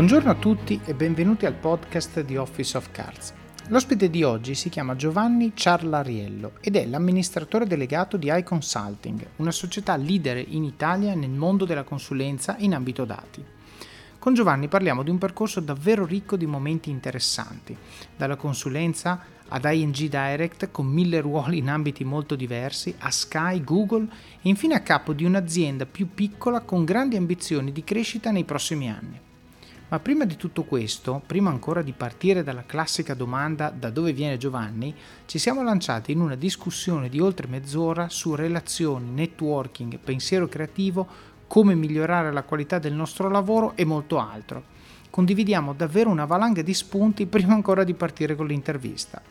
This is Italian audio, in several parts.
Buongiorno a tutti e benvenuti al podcast di Office of Cards. L'ospite di oggi si chiama Giovanni Ciarlariello ed è l'amministratore delegato di iConsulting, una società leader in Italia nel mondo della consulenza in ambito dati. Con Giovanni parliamo di un percorso davvero ricco di momenti interessanti, dalla consulenza ad ING Direct con 1000 ruoli in ambiti molto diversi, a Sky, Google e infine a capo di un'azienda più piccola con grandi ambizioni di crescita nei prossimi anni. Ma prima di tutto questo, prima ancora di partire dalla classica domanda da dove viene Giovanni, ci siamo lanciati in una discussione di oltre mezz'ora su relazioni, networking, pensiero creativo, come migliorare la qualità del nostro lavoro e molto altro. Condividiamo davvero una valanga di spunti prima ancora di partire con l'intervista.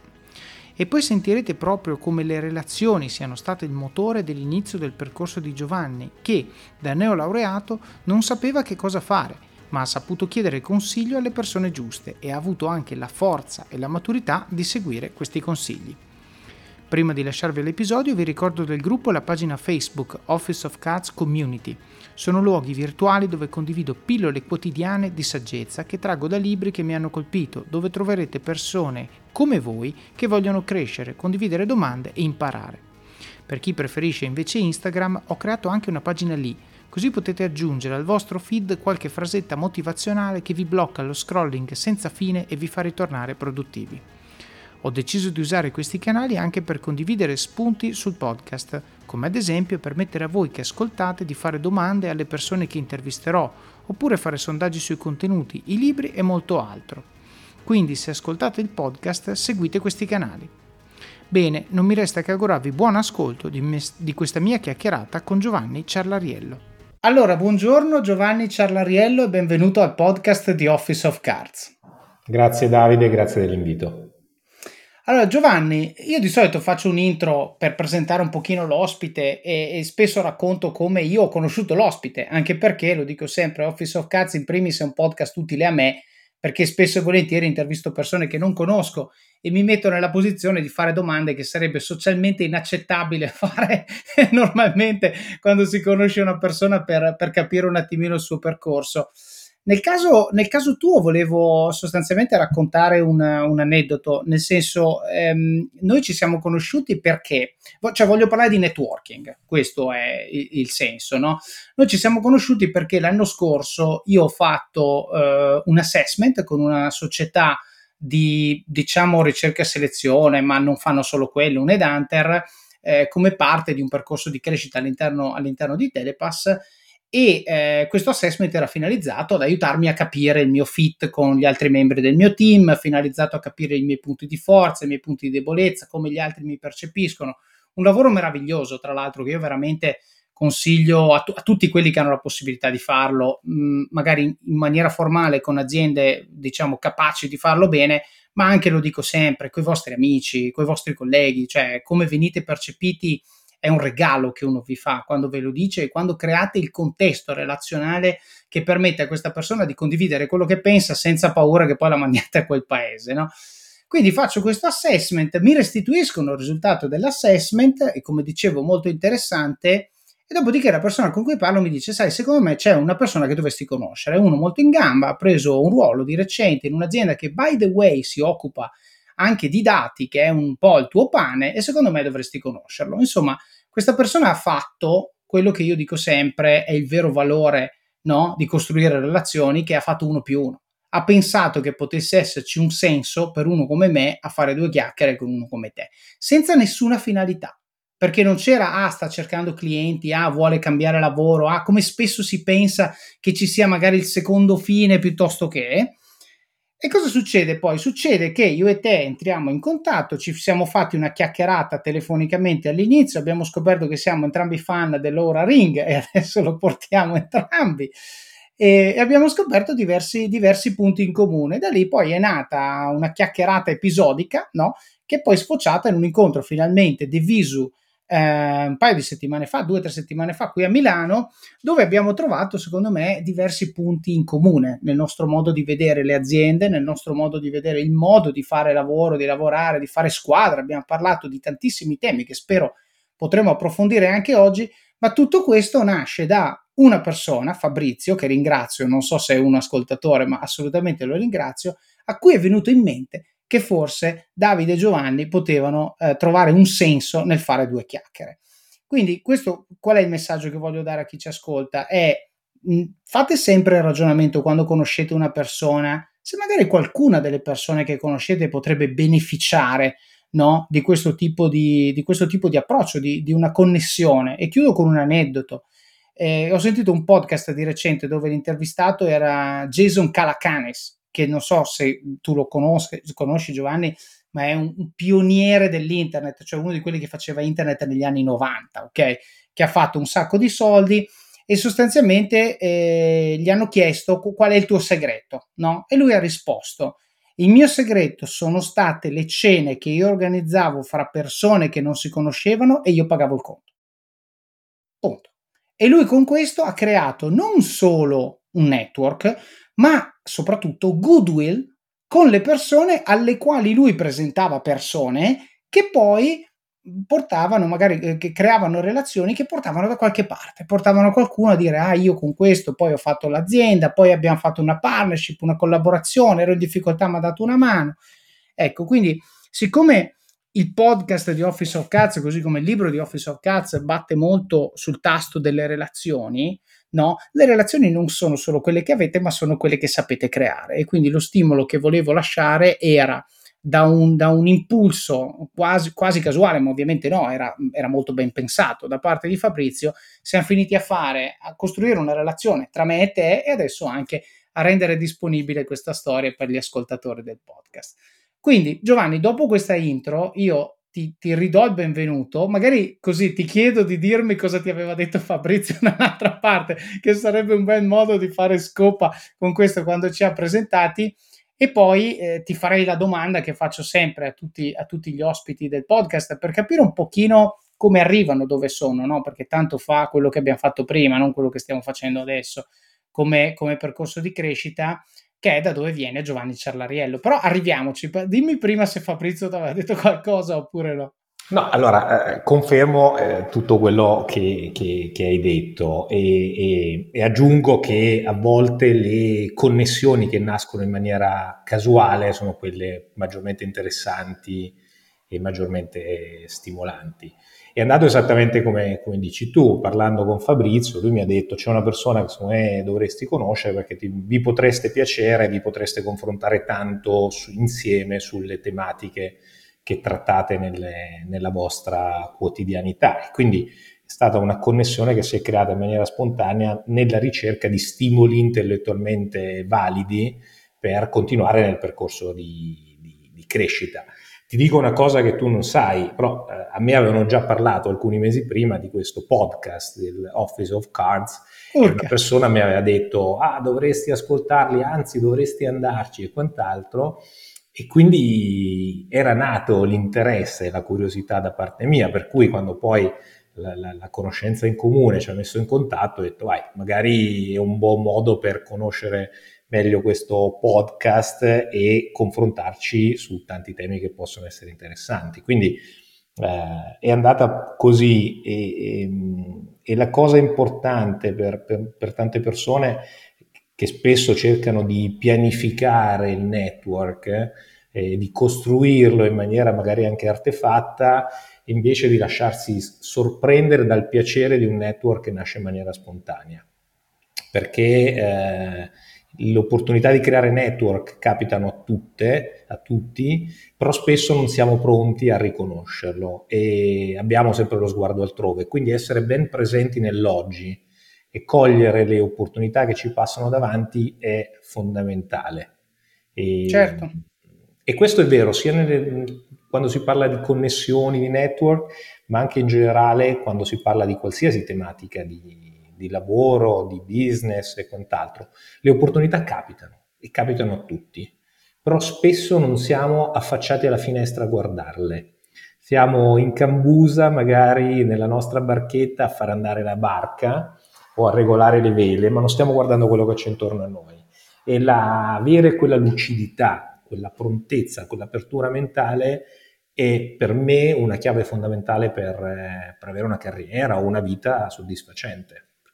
E poi sentirete proprio come le relazioni siano state il motore dell'inizio del percorso di Giovanni, che da neolaureato non sapeva che cosa fare, ma ha saputo chiedere consiglio alle persone giuste e ha avuto anche la forza e la maturità di seguire questi consigli. Prima di lasciarvi l'episodio vi ricordo del gruppo e la pagina Facebook Office of Cards Community. Sono luoghi virtuali dove condivido pillole quotidiane di saggezza che traggo da libri che mi hanno colpito, dove troverete persone come voi che vogliono crescere, condividere domande e imparare. Per chi preferisce invece Instagram ho creato anche una pagina lì, così potete aggiungere al vostro feed qualche frasetta motivazionale che vi blocca lo scrolling senza fine e vi fa ritornare produttivi. Ho deciso di usare questi canali anche per condividere spunti sul podcast, come ad esempio permettere a voi che ascoltate di fare domande alle persone che intervisterò, oppure fare sondaggi sui contenuti, i libri e molto altro. Quindi se ascoltate il podcast seguite questi canali. Bene, non mi resta che augurarvi buon ascolto di questa mia chiacchierata con Giovanni Ciarlariello. Allora, buongiorno Giovanni Ciarlariello e benvenuto al podcast di Office of Cards. Grazie Davide, grazie dell'invito. Allora Giovanni, io di solito faccio un intro per presentare un pochino l'ospite e spesso racconto come io ho conosciuto l'ospite, anche perché, lo dico sempre, Office of Cards in primis è un podcast utile a me, perché spesso e volentieri intervisto persone che non conosco e mi metto nella posizione di fare domande che sarebbe socialmente inaccettabile fare normalmente quando si conosce una persona per capire un attimino il suo percorso. Nel caso tuo volevo sostanzialmente raccontare un aneddoto, nel senso noi ci siamo conosciuti perché, cioè voglio parlare di networking, questo è il senso, no? Noi ci siamo conosciuti perché l'anno scorso io ho fatto un assessment con una società di, diciamo, ricerca e selezione, ma non fanno solo quello, un headhunter, come parte di un percorso di crescita all'interno di Telepass e questo assessment era finalizzato ad aiutarmi a capire il mio fit con gli altri membri del mio team, finalizzato a capire i miei punti di forza, i miei punti di debolezza, come gli altri mi percepiscono. Un lavoro meraviglioso, tra l'altro, che io veramente consiglio a tutti quelli che hanno la possibilità di farlo, magari in maniera formale con aziende, diciamo, capaci di farlo bene, ma anche, lo dico sempre, coi vostri amici, coi vostri colleghi, cioè come venite percepiti è un regalo che uno vi fa quando ve lo dice e quando create il contesto relazionale che permette a questa persona di condividere quello che pensa senza paura che poi la mandiate a quel paese, no? Quindi faccio questo assessment, mi restituiscono il risultato dell'assessment e, come dicevo, molto interessante, e dopodiché la persona con cui parlo mi dice: sai, secondo me c'è una persona che dovresti conoscere, uno molto in gamba, ha preso un ruolo di recente in un'azienda che, by the way, si occupa anche di dati, che è un po' il tuo pane, e secondo me dovresti conoscerlo. Insomma, questa persona ha fatto quello che io dico sempre è il vero valore, no, di costruire relazioni, che ha fatto 1+1. Ha pensato che potesse esserci un senso per uno come me a fare due chiacchiere con uno come te, senza nessuna finalità, perché non c'era sta cercando clienti, vuole cambiare lavoro, come spesso si pensa che ci sia magari il secondo fine piuttosto che. E cosa succede poi? Succede che io e te entriamo in contatto, ci siamo fatti una chiacchierata telefonicamente all'inizio, abbiamo scoperto che siamo entrambi fan dell'Oura Ring e adesso lo portiamo entrambi e abbiamo scoperto diversi punti in comune. Da lì poi è nata una chiacchierata episodica, no? Che è poi sfociata in un incontro finalmente diviso un paio di settimane fa, 2 o 3 settimane fa qui a Milano, dove abbiamo trovato, secondo me, diversi punti in comune nel nostro modo di vedere le aziende, nel nostro modo di vedere il modo di fare lavoro, di lavorare, di fare squadra. Abbiamo parlato di tantissimi temi che spero potremo approfondire anche oggi, ma tutto questo nasce da una persona, Fabrizio, che ringrazio, non so se è un ascoltatore, ma assolutamente lo ringrazio, a cui è venuto in mente che forse Davide e Giovanni potevano trovare un senso nel fare due chiacchiere. Quindi questo, qual è il messaggio che voglio dare a chi ci ascolta? Fate sempre il ragionamento quando conoscete una persona, se magari qualcuna delle persone che conoscete potrebbe beneficiare, no, di questo tipo di approccio, di una connessione. E chiudo con un aneddoto. Ho sentito un podcast di recente dove l'intervistato era Jason Calacanis, che non so se tu lo conosci Giovanni, ma è un pioniere dell'internet, cioè uno di quelli che faceva internet negli anni 90, ok? Che ha fatto un sacco di soldi e sostanzialmente gli hanno chiesto qual è il tuo segreto, no? E lui ha risposto: il mio segreto sono state le cene che io organizzavo fra persone che non si conoscevano e io pagavo il conto. Punto. E lui con questo ha creato non solo un network, ma soprattutto goodwill con le persone alle quali lui presentava persone che poi portavano magari che creavano relazioni che portavano da qualche parte, portavano qualcuno a dire: "Ah, io con questo poi ho fatto l'azienda, poi abbiamo fatto una partnership, una collaborazione, ero in difficoltà, m'ha dato una mano". Ecco, quindi siccome il podcast di Office of Cats, così come il libro di Office of Cats, batte molto sul tasto delle relazioni, no? Le relazioni non sono solo quelle che avete, ma sono quelle che sapete creare. E quindi lo stimolo che volevo lasciare era da un impulso quasi casuale, ma ovviamente no, era molto ben pensato da parte di Fabrizio. Siamo finiti a costruire una relazione tra me e te e adesso anche a rendere disponibile questa storia per gli ascoltatori del podcast. Quindi, Giovanni, dopo questa intro, io ti ridò il benvenuto, magari così ti chiedo di dirmi cosa ti aveva detto Fabrizio dall'altra parte, che sarebbe un bel modo di fare scopa con questo quando ci ha presentati, e poi ti farei la domanda che faccio sempre a tutti gli ospiti del podcast per capire un pochino come arrivano dove sono, no? Perché tanto fa quello che abbiamo fatto prima, non quello che stiamo facendo adesso, come percorso di crescita, che è da dove viene Giovanni Cerlariello. Però arriviamoci, dimmi prima se Fabrizio ti aveva detto qualcosa oppure no. No, allora confermo tutto quello che hai detto e aggiungo che a volte le connessioni che nascono in maniera casuale sono quelle maggiormente interessanti e maggiormente stimolanti. È andato esattamente come dici tu, parlando con Fabrizio, lui mi ha detto: c'è una persona che secondo me dovresti conoscere perché vi potreste piacere, vi potreste confrontare tanto insieme sulle tematiche che trattate nella vostra quotidianità. E quindi è stata una connessione che si è creata in maniera spontanea nella ricerca di stimoli intellettualmente validi per continuare nel percorso di crescita. Ti dico una cosa che tu non sai, però a me avevano già parlato alcuni mesi prima di questo podcast del Office of Cards e una Urca. persona mi aveva detto: ah, dovresti ascoltarli, anzi dovresti andarci e quant'altro. E quindi era nato l'interesse e la curiosità da parte mia, per cui quando poi la conoscenza in comune ci ha messo in contatto, ho detto: vai, magari è un buon modo per conoscere meglio questo podcast e confrontarci su tanti temi che possono essere interessanti. Quindi è andata così e la cosa importante per tante persone che spesso cercano di pianificare il network, di costruirlo in maniera magari anche artefatta, invece di lasciarsi sorprendere dal piacere di un network che nasce in maniera spontanea. Perché le opportunità di creare network capitano a tutti, però spesso non siamo pronti a riconoscerlo e abbiamo sempre lo sguardo altrove. Quindi essere ben presenti nell'oggi e cogliere le opportunità che ci passano davanti è fondamentale. E, Certo. e questo è vero sia quando si parla di connessioni, di network, ma anche in generale quando si parla di qualsiasi tematica di lavoro, di business e quant'altro. Le opportunità capitano e capitano a tutti, però spesso non siamo affacciati alla finestra a guardarle. Siamo in cambusa, magari nella nostra barchetta, a far andare la barca o a regolare le vele, ma non stiamo guardando quello che c'è intorno a noi. E avere quella lucidità, quella prontezza, quell'apertura mentale è per me una chiave fondamentale per avere una carriera o una vita soddisfacente,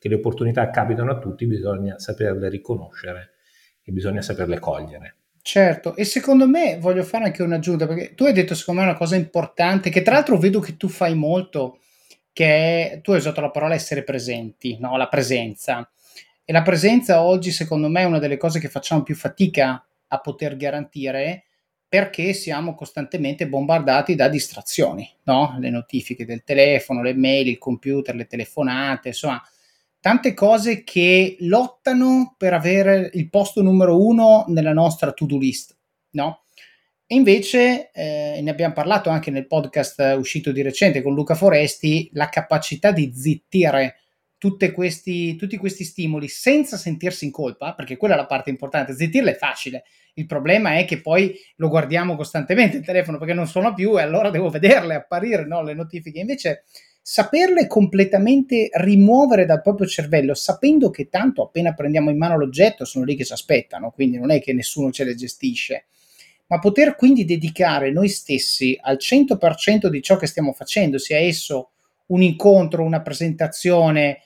che le opportunità capitano a tutti, bisogna saperle riconoscere e bisogna saperle cogliere. Certo, e secondo me voglio fare anche un'aggiunta, perché tu hai detto secondo me una cosa importante, che tra l'altro vedo che tu fai molto, che è, tu hai usato la parola essere presenti, no? La presenza. E la presenza oggi secondo me è una delle cose che facciamo più fatica a poter garantire perché siamo costantemente bombardati da distrazioni, no? Le notifiche del telefono, le mail, il computer, le telefonate, insomma, tante cose che lottano per avere il posto numero uno nella nostra to-do list, no? E invece, ne abbiamo parlato anche nel podcast uscito di recente con Luca Foresti, la capacità di zittire tutti questi stimoli senza sentirsi in colpa, perché quella è la parte importante, zittirla è facile, il problema è che poi lo guardiamo costantemente il telefono perché non suona più e allora devo vederle apparire, no, le notifiche. Invece saperle completamente rimuovere dal proprio cervello, sapendo che tanto appena prendiamo in mano l'oggetto sono lì che ci aspettano, quindi non è che nessuno ce le gestisce, ma poter quindi dedicare noi stessi al 100% di ciò che stiamo facendo, sia esso un incontro, una presentazione,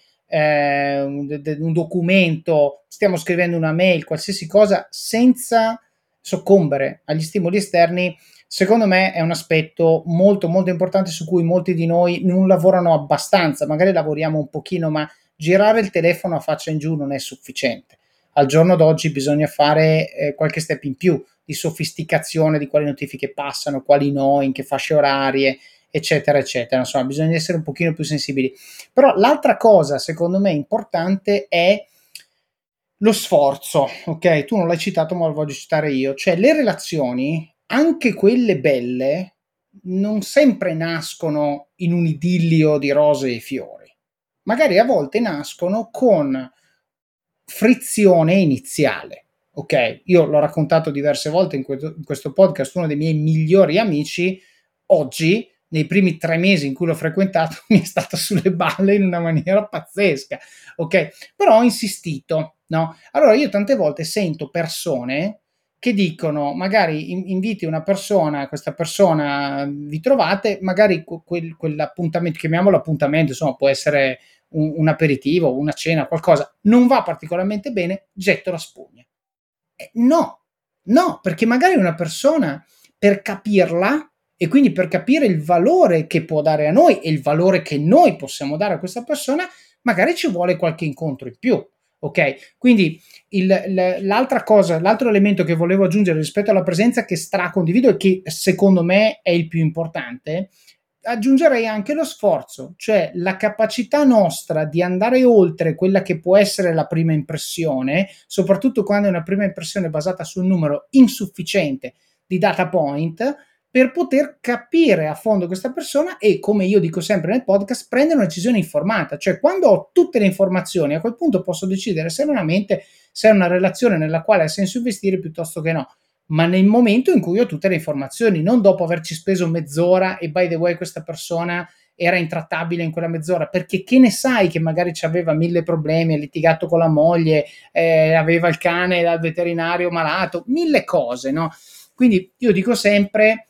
un documento, stiamo scrivendo una mail, qualsiasi cosa, senza soccombere agli stimoli esterni, secondo me è un aspetto molto molto importante su cui molti di noi non lavorano abbastanza, magari lavoriamo un pochino, ma girare il telefono a faccia in giù non è sufficiente. Al giorno d'oggi bisogna fare qualche step in più di sofisticazione di quali notifiche passano, quali no, in che fasce orarie, eccetera, eccetera. Insomma, bisogna essere un pochino più sensibili. Però l'altra cosa, secondo me, importante è lo sforzo, ok? Tu non l'hai citato, ma lo voglio citare io. Cioè, le relazioni, anche quelle belle, non sempre nascono in un idillio di rose e fiori. Magari a volte nascono con frizione iniziale. Ok, io l'ho raccontato diverse volte in questo podcast, uno dei miei migliori amici oggi, nei primi 3 mesi in cui l'ho frequentato, mi è stata sulle balle in una maniera pazzesca, ok? Però ho insistito, no? Allora io tante volte sento persone che dicono, magari inviti una persona, questa persona vi trovate, magari quell'appuntamento, chiamiamolo appuntamento, insomma può essere un aperitivo, una cena, qualcosa, non va particolarmente bene, getto la spugna. No, no, perché magari una persona per capirla e quindi per capire il valore che può dare a noi e il valore che noi possiamo dare a questa persona, magari ci vuole qualche incontro in più. Ok, quindi l'altra cosa, l'altro elemento che volevo aggiungere rispetto alla presenza che stracondivido e che secondo me è il più importante, aggiungerei anche lo sforzo, cioè la capacità nostra di andare oltre quella che può essere la prima impressione, soprattutto quando è una prima impressione basata su un numero insufficiente di data point, per poter capire a fondo questa persona e, come io dico sempre nel podcast, prendere una decisione informata. Cioè, quando ho tutte le informazioni, a quel punto posso decidere serenamente se è una relazione nella quale ha senso investire piuttosto che no, ma nel momento in cui ho tutte le informazioni, non dopo averci speso mezz'ora e by the way questa persona era intrattabile in quella mezz'ora, perché che ne sai che magari aveva 1000 problemi, ha litigato con la moglie, aveva il cane dal veterinario malato, 1000 cose, no? Quindi io dico sempre,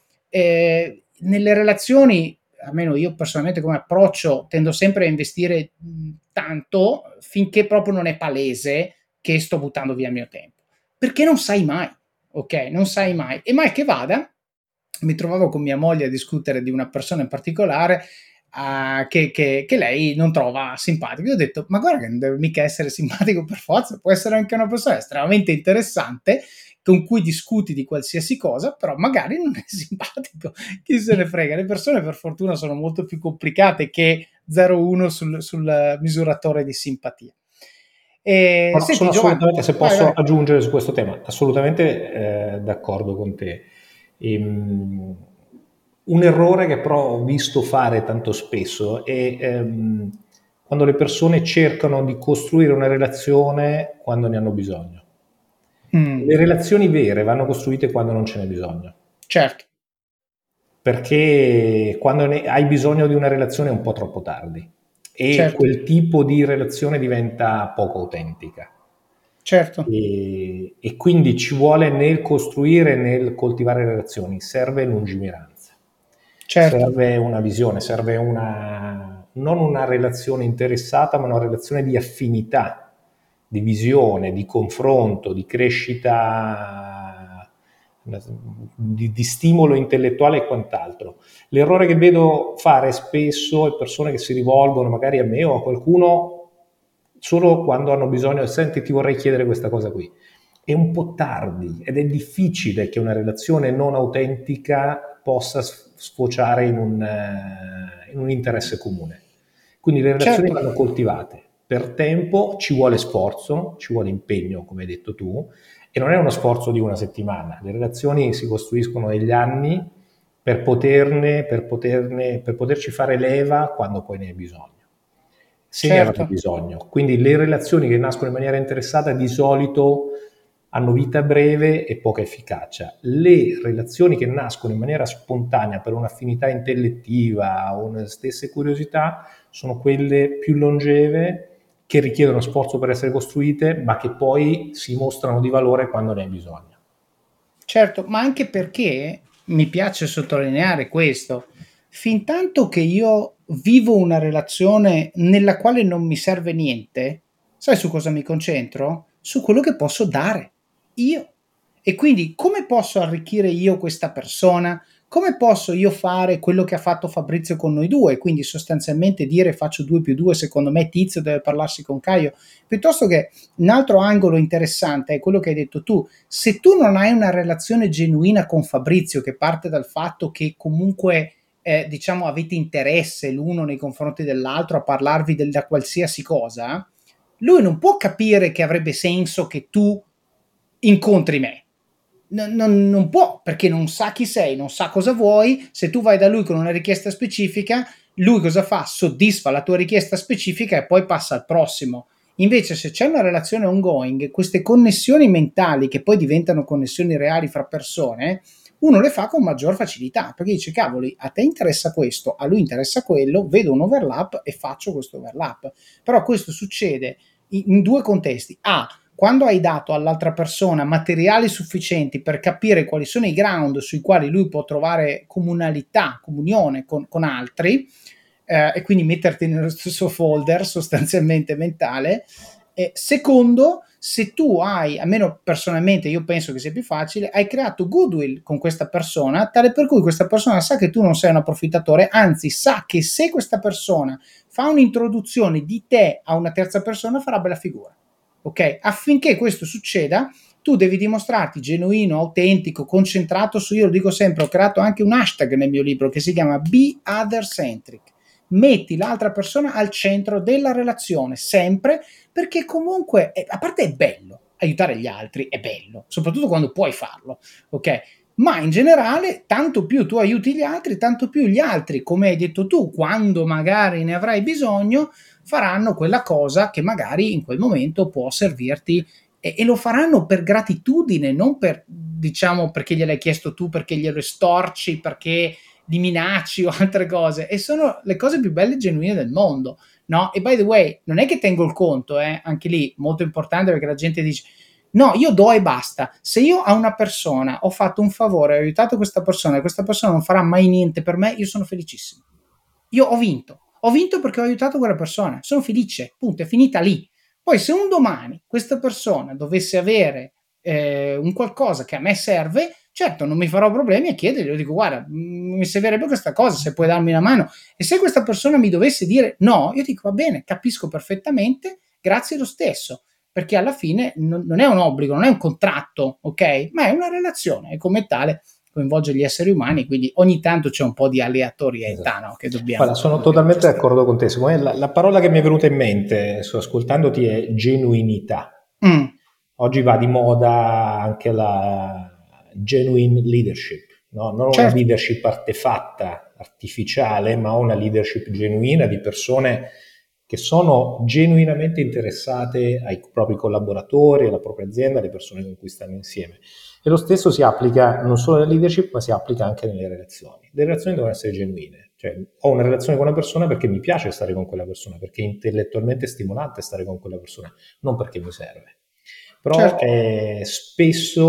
nelle relazioni, almeno io personalmente come approccio, tendo sempre a investire tanto finché proprio non è palese che sto buttando via il mio tempo, perché non sai mai, ok? Non sai mai. E mai che vada, mi trovavo con mia moglie a discutere di una persona in particolare che lei non trova simpatico. Io ho detto, ma guarda che non deve mica essere simpatico per forza, può essere anche una persona estremamente interessante con cui discuti di qualsiasi cosa, però magari non è simpatico, chi se ne frega. Le persone per fortuna sono molto più complicate che 0-1 sul misuratore di simpatia. No, Senti sono Giovanni, assolutamente, se vai, posso vai. aggiungere su questo tema, assolutamente d'accordo con te. Un errore che però ho visto fare tanto spesso è quando le persone cercano di costruire una relazione quando ne hanno bisogno. Le relazioni vere vanno costruite quando non ce n'è bisogno. Certo. Perché quando hai bisogno di una relazione è un po' troppo tardi e Certo, quel tipo di relazione diventa poco autentica. certo, E quindi ci vuole nel costruire, nel coltivare relazioni, serve lungimiranza, certo. serve una visione, serve non una relazione interessata, ma una relazione di affinità, di visione, di confronto, di crescita, di stimolo intellettuale e quant'altro. L'errore che vedo fare spesso è persone che si rivolgono magari a me o a qualcuno solo quando hanno bisogno, senti, ti vorrei chiedere questa cosa qui. È un po' tardi ed è difficile che una relazione non autentica possa sfociare in un interesse comune. Quindi le relazioni Certo, vanno coltivate per tempo, ci vuole sforzo, ci vuole impegno, come hai detto tu, e non è uno sforzo di una settimana. Le relazioni si costruiscono negli anni per poterci fare leva quando poi ne hai bisogno. Se ne avranno certo. bisogno. Quindi le relazioni che nascono in maniera interessata di solito hanno vita breve e poca efficacia. Le relazioni che nascono in maniera spontanea per un'affinità intellettiva o una stesse curiosità sono quelle più longeve, che richiedono sforzo per essere costruite, ma che poi si mostrano di valore quando ne hai bisogno. Certo, ma anche perché mi piace sottolineare questo, fintanto che io vivo una relazione nella quale non mi serve niente, sai su cosa mi concentro? Su quello che posso dare io. E quindi come posso arricchire io questa persona? Come posso io fare quello che ha fatto Fabrizio con noi due? Quindi sostanzialmente dire faccio 2 più 2, secondo me Tizio deve parlarsi con Caio, piuttosto che un altro angolo interessante è quello che hai detto tu. Se tu non hai una relazione genuina con Fabrizio che parte dal fatto che comunque diciamo avete interesse l'uno nei confronti dell'altro a parlarvi da qualsiasi cosa, lui non può capire che avrebbe senso che tu incontri me. Non può perché non sa chi sei, non sa cosa vuoi. Se tu vai da lui con una richiesta specifica, lui cosa fa? Soddisfa la tua richiesta specifica e poi passa al prossimo. Invece, se c'è una relazione ongoing, queste connessioni mentali che poi diventano connessioni reali fra persone, uno le fa con maggior facilità perché dice: cavoli, a te interessa questo, a lui interessa quello, vedo un overlap e faccio questo overlap. Però questo succede in due contesti: A, quando hai dato all'altra persona materiali sufficienti per capire quali sono i ground sui quali lui può trovare comunalità, comunione con altri, e quindi metterti nello stesso folder sostanzialmente mentale. Secondo, se tu hai, almeno personalmente io penso che sia più facile, hai creato goodwill con questa persona, tale per cui questa persona sa che tu non sei un approfittatore, anzi sa che se questa persona fa un'introduzione di te a una terza persona farà bella figura. Ok? Affinché questo succeda, tu devi dimostrarti genuino, autentico, concentrato su, io lo dico sempre, ho creato anche un hashtag nel mio libro che si chiama Be Other Centric. Metti l'altra persona al centro della relazione, sempre, perché comunque, a parte è bello, aiutare gli altri è bello, soprattutto quando puoi farlo, ok? Ma in generale, tanto più tu aiuti gli altri, tanto più gli altri, come hai detto tu, quando magari ne avrai bisogno, faranno quella cosa che magari in quel momento può servirti e lo faranno per gratitudine, non per, diciamo, perché gliel'hai chiesto tu, perché glielo estorci, perché li minacci o altre cose. E sono le cose più belle e genuine del mondo, no? E by the way, non è che tengo il conto, anche lì molto importante perché la gente dice no, io do e basta. Se io a una persona ho fatto un favore, ho aiutato questa persona e questa persona non farà mai niente per me, io sono felicissimo. Io ho vinto. Ho vinto perché ho aiutato quella persona. Sono felice, punto, è finita lì. Poi se un domani questa persona dovesse avere un qualcosa che a me serve, certo non mi farò problemi a chiedergli, dico guarda, mi servirebbe questa cosa, se puoi darmi una mano. E se questa persona mi dovesse dire no, io dico va bene, capisco perfettamente, grazie lo stesso, perché alla fine non è un obbligo, non è un contratto, ok? Ma è una relazione e come tale coinvolge gli esseri umani, quindi ogni tanto c'è un po' di aleatorietà, Esatto. no? Che Guarda, dobbiamo sono dobbiamo totalmente gestire. d'accordo con te. Secondo me la parola che mi è venuta in mente, ascoltandoti, è genuinità. Mm, Oggi va di moda anche la genuine leadership, no? Non una certo, leadership artefatta, artificiale, ma una leadership genuina di persone che sono genuinamente interessate ai propri collaboratori, alla propria azienda, alle persone con cui stanno insieme. E lo stesso si applica non solo nella leadership, ma si applica anche nelle relazioni. Le relazioni devono essere genuine, cioè ho una relazione con una persona perché mi piace stare con quella persona, perché è intellettualmente stimolante stare con quella persona, non perché mi serve. Però certo. spesso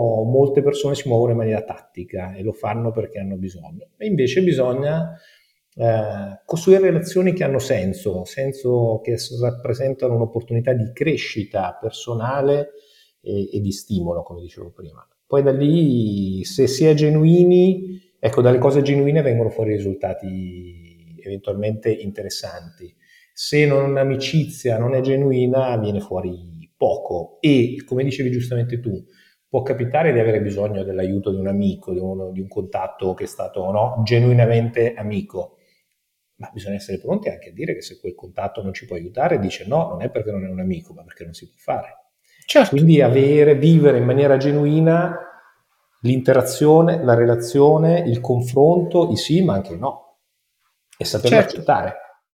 molte persone si muovono in maniera tattica e lo fanno perché hanno bisogno. E invece bisogna costruire relazioni che hanno senso che rappresentano un'opportunità di crescita personale e di stimolo, come dicevo prima. Poi da lì, se si è genuini, ecco, dalle cose genuine vengono fuori risultati eventualmente interessanti. Se un'amicizia non è genuina, viene fuori poco e, come dicevi giustamente tu, può capitare di avere bisogno dell'aiuto di un amico, di un contatto che è stato, no, genuinamente amico, ma bisogna essere pronti anche a dire che se quel contatto non ci può aiutare, dice no, non è perché non è un amico, ma perché non si può fare. Certo, Quindi vivere in maniera genuina l'interazione, la relazione, il confronto, i sì, ma anche i no, e saperlo certo. accettare.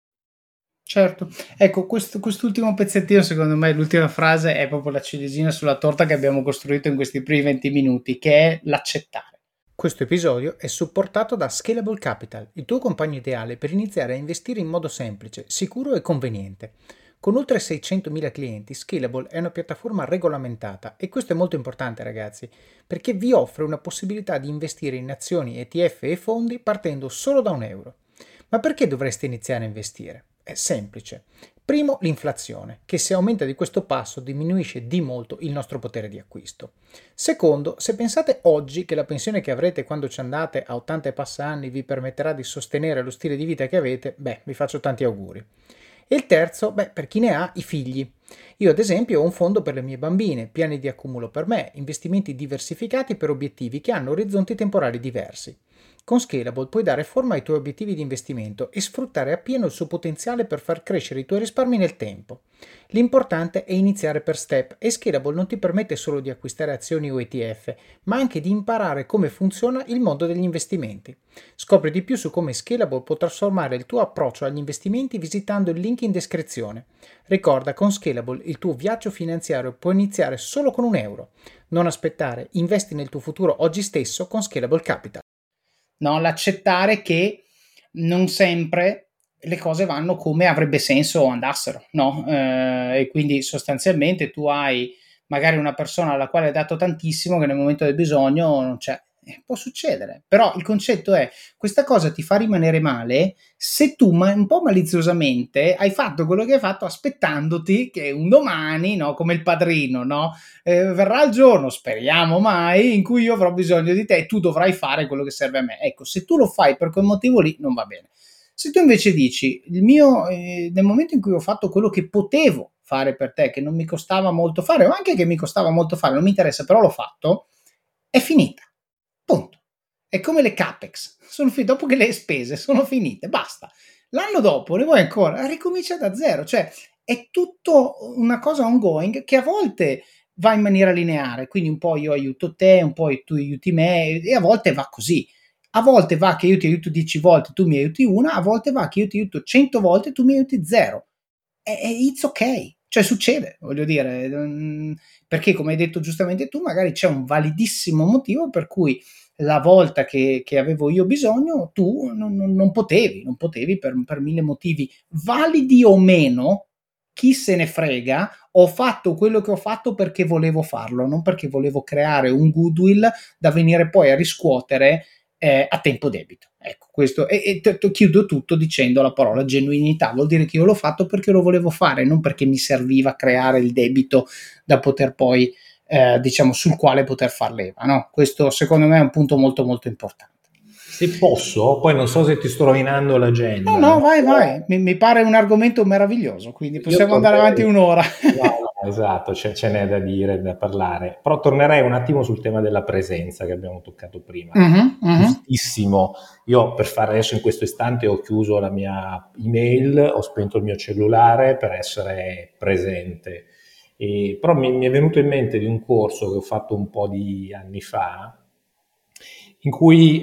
Certo, ecco, quest'ultimo pezzettino, secondo me, l'ultima frase è proprio la ciliegina sulla torta che abbiamo costruito in questi primi 20 minuti, che è l'accettare. Questo episodio è supportato da Scalable Capital, il tuo compagno ideale per iniziare a investire in modo semplice, sicuro e conveniente. Con oltre 600.000 clienti, Scalable è una piattaforma regolamentata e questo è molto importante, ragazzi, perché vi offre una possibilità di investire in azioni, ETF e fondi partendo solo da €1. Ma perché dovreste iniziare a investire? È semplice. Primo, l'inflazione, che se aumenta di questo passo diminuisce di molto il nostro potere di acquisto. Secondo, se pensate oggi che la pensione che avrete quando ci andate a 80 e passa anni vi permetterà di sostenere lo stile di vita che avete, vi faccio tanti auguri. E il terzo, per chi ne ha, i figli. Io ad esempio ho un fondo per le mie bambine, piani di accumulo per me, investimenti diversificati per obiettivi che hanno orizzonti temporali diversi. Con Scalable puoi dare forma ai tuoi obiettivi di investimento e sfruttare appieno il suo potenziale per far crescere i tuoi risparmi nel tempo. L'importante è iniziare per step e Scalable non ti permette solo di acquistare azioni o ETF, ma anche di imparare come funziona il mondo degli investimenti. Scopri di più su come Scalable può trasformare il tuo approccio agli investimenti visitando il link in descrizione. Ricorda, con Scalable il tuo viaggio finanziario può iniziare solo con €1. Non aspettare, investi nel tuo futuro oggi stesso con Scalable Capital. No, l'accettare che non sempre le cose vanno come avrebbe senso andassero, no? E quindi sostanzialmente tu hai magari una persona alla quale hai dato tantissimo che nel momento del bisogno non c'è. Può succedere, però il concetto è questa cosa ti fa rimanere male se tu un po' maliziosamente hai fatto quello che hai fatto aspettandoti che un domani, no, come il padrino, no, verrà il giorno, speriamo mai, in cui io avrò bisogno di te e tu dovrai fare quello che serve a me. Ecco, se tu lo fai per quel motivo lì, non va bene. Se tu invece dici, nel momento in cui ho fatto quello che potevo fare per te, che non mi costava molto fare, o anche che mi costava molto fare, non mi interessa, però l'ho fatto, è finita. Punto. È come le capex, dopo che le spese sono finite, basta. L'anno dopo le vuoi ancora, ricomincia da zero, cioè è tutto una cosa ongoing che a volte va in maniera lineare, quindi un po' io aiuto te, un po' tu aiuti me e a volte va così. A volte va che io ti aiuto 10 volte, tu mi aiuti una, a volte va che io ti aiuto 100 volte e tu mi aiuti zero. E it's okay, cioè succede, voglio dire, perché come hai detto giustamente tu, magari c'è un validissimo motivo per cui la volta che avevo io bisogno tu non potevi, non potevi per mille motivi, validi o meno, chi se ne frega, ho fatto quello che ho fatto perché volevo farlo, non perché volevo creare un goodwill da venire poi a riscuotere a tempo debito. Ecco, questo chiudo tutto dicendo la parola genuinità, vuol dire che io l'ho fatto perché lo volevo fare, non perché mi serviva creare il debito da poter poi, diciamo, sul quale poter far leva. No? Questo secondo me è un punto molto molto importante. Se posso, poi non so se ti sto rovinando No, l'agenda, no, vai, però vai, mi pare un argomento meraviglioso, quindi io possiamo andare avanti tornerei. un'ora. No, no, esatto, ce n'è da dire, da parlare. Però tornerei un attimo sul tema della presenza che abbiamo toccato prima. Mhm, mhm. Giustissimo. Io per fare adesso in questo istante ho chiuso la mia email, ho spento il mio cellulare per essere presente. Però mi è venuto in mente di un corso che ho fatto un po' di anni fa, in cui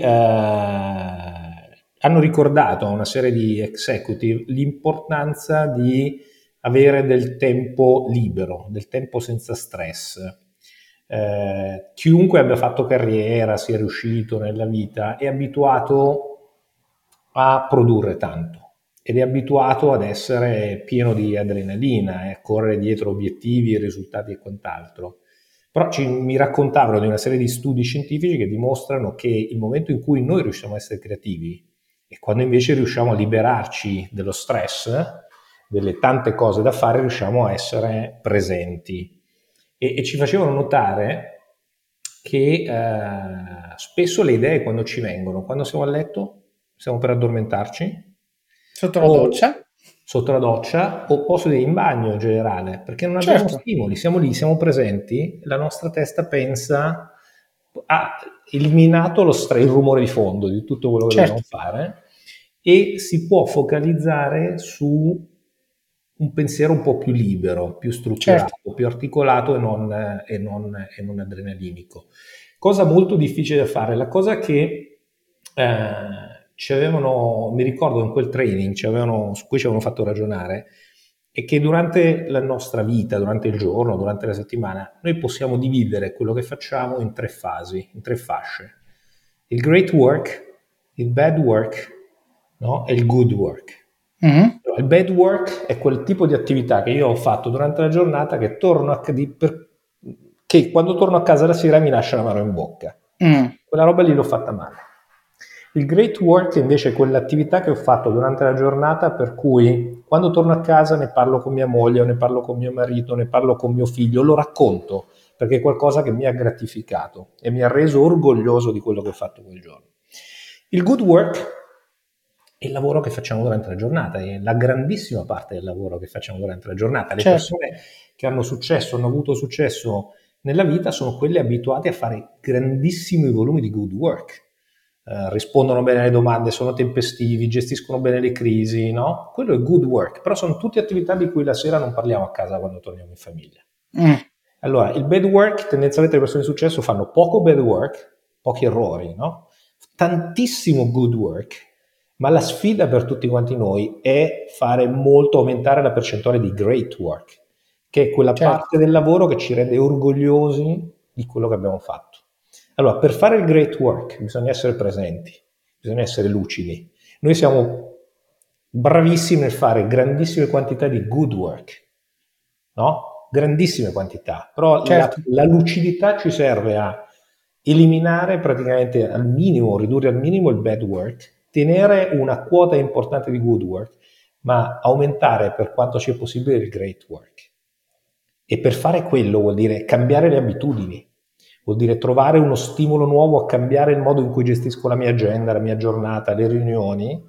hanno ricordato a una serie di executive l'importanza di avere del tempo libero, del tempo senza stress. Chiunque abbia fatto carriera, sia riuscito nella vita, è abituato a produrre tanto ed è abituato ad essere pieno di adrenalina e a correre dietro obiettivi, risultati e quant'altro. Però mi raccontavano di una serie di studi scientifici che dimostrano che il momento in cui noi riusciamo a essere creativi E quando invece riusciamo a liberarci dello stress, delle tante cose da fare, riusciamo a essere presenti. E ci facevano notare che spesso le idee quando ci vengono, quando siamo a letto, stiamo per addormentarci, Sotto la o doccia? sotto la doccia, o posso dire in bagno in generale, perché non abbiamo Certo, stimoli, siamo lì, siamo presenti, la nostra testa pensa, ha eliminato il rumore di fondo di tutto quello che dobbiamo certo, fare e si può focalizzare su un pensiero un po' più libero, più certo. strutturato, più articolato e non adrenalinico. Cosa molto difficile da fare, la cosa che ci avevano, mi ricordo in quel training, su cui ci avevano fatto ragionare, è che durante la nostra vita, durante il giorno, durante la settimana, noi possiamo dividere quello che facciamo in 3 fasi, in 3 fasce. Il great work, il bad work, no? E il good work. Mhm. Il bad work è quel tipo di attività che io ho fatto durante la giornata che quando torno a casa la sera mi lascia l'amaro in bocca. Mm. Quella roba lì l'ho fatta male. Il great work invece è quell'attività che ho fatto durante la giornata per cui quando torno a casa ne parlo con mia moglie, o ne parlo con mio marito, ne parlo con mio figlio, lo racconto perché è qualcosa che mi ha gratificato e mi ha reso orgoglioso di quello che ho fatto quel giorno. Il good work è il lavoro che facciamo durante la giornata, è la grandissima parte del lavoro che facciamo durante la giornata. Le Certo, persone che hanno successo, hanno avuto successo nella vita sono quelle abituate a fare grandissimi volumi di good work. Rispondono bene alle domande, sono tempestivi, gestiscono bene le crisi, no? Quello è good work, però sono tutte attività di cui la sera non parliamo a casa quando torniamo in famiglia. mm, Allora, il bad work, tendenzialmente le persone di successo fanno poco bad work, pochi errori, no? Tantissimo good work, ma la sfida per tutti quanti noi è fare molto aumentare la percentuale di great work, che è quella certo, parte del lavoro che ci rende orgogliosi di quello che abbiamo fatto. Allora, per fare il great work bisogna essere presenti, bisogna essere lucidi. Noi siamo bravissimi nel fare grandissime quantità di good work, no? Grandissime quantità, però certo. la lucidità ci serve a eliminare praticamente al minimo, ridurre al minimo il bad work, tenere una quota importante di good work, ma aumentare per quanto sia possibile il great work. E per fare quello vuol dire cambiare le abitudini, vuol dire trovare uno stimolo nuovo a cambiare il modo in cui gestisco la mia agenda, la mia giornata, le riunioni,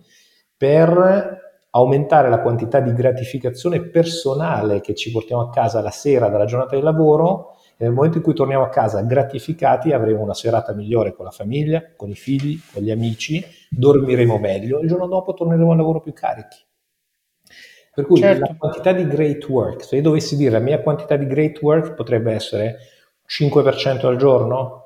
per aumentare la quantità di gratificazione personale che ci portiamo a casa la sera dalla giornata di lavoro e nel momento in cui torniamo a casa gratificati avremo una serata migliore con la famiglia, con i figli, con gli amici, dormiremo meglio e il giorno dopo torneremo al lavoro più carichi. Per cui la Certo. quantità di great work, se io dovessi dire la mia quantità di great work potrebbe essere 5% al giorno,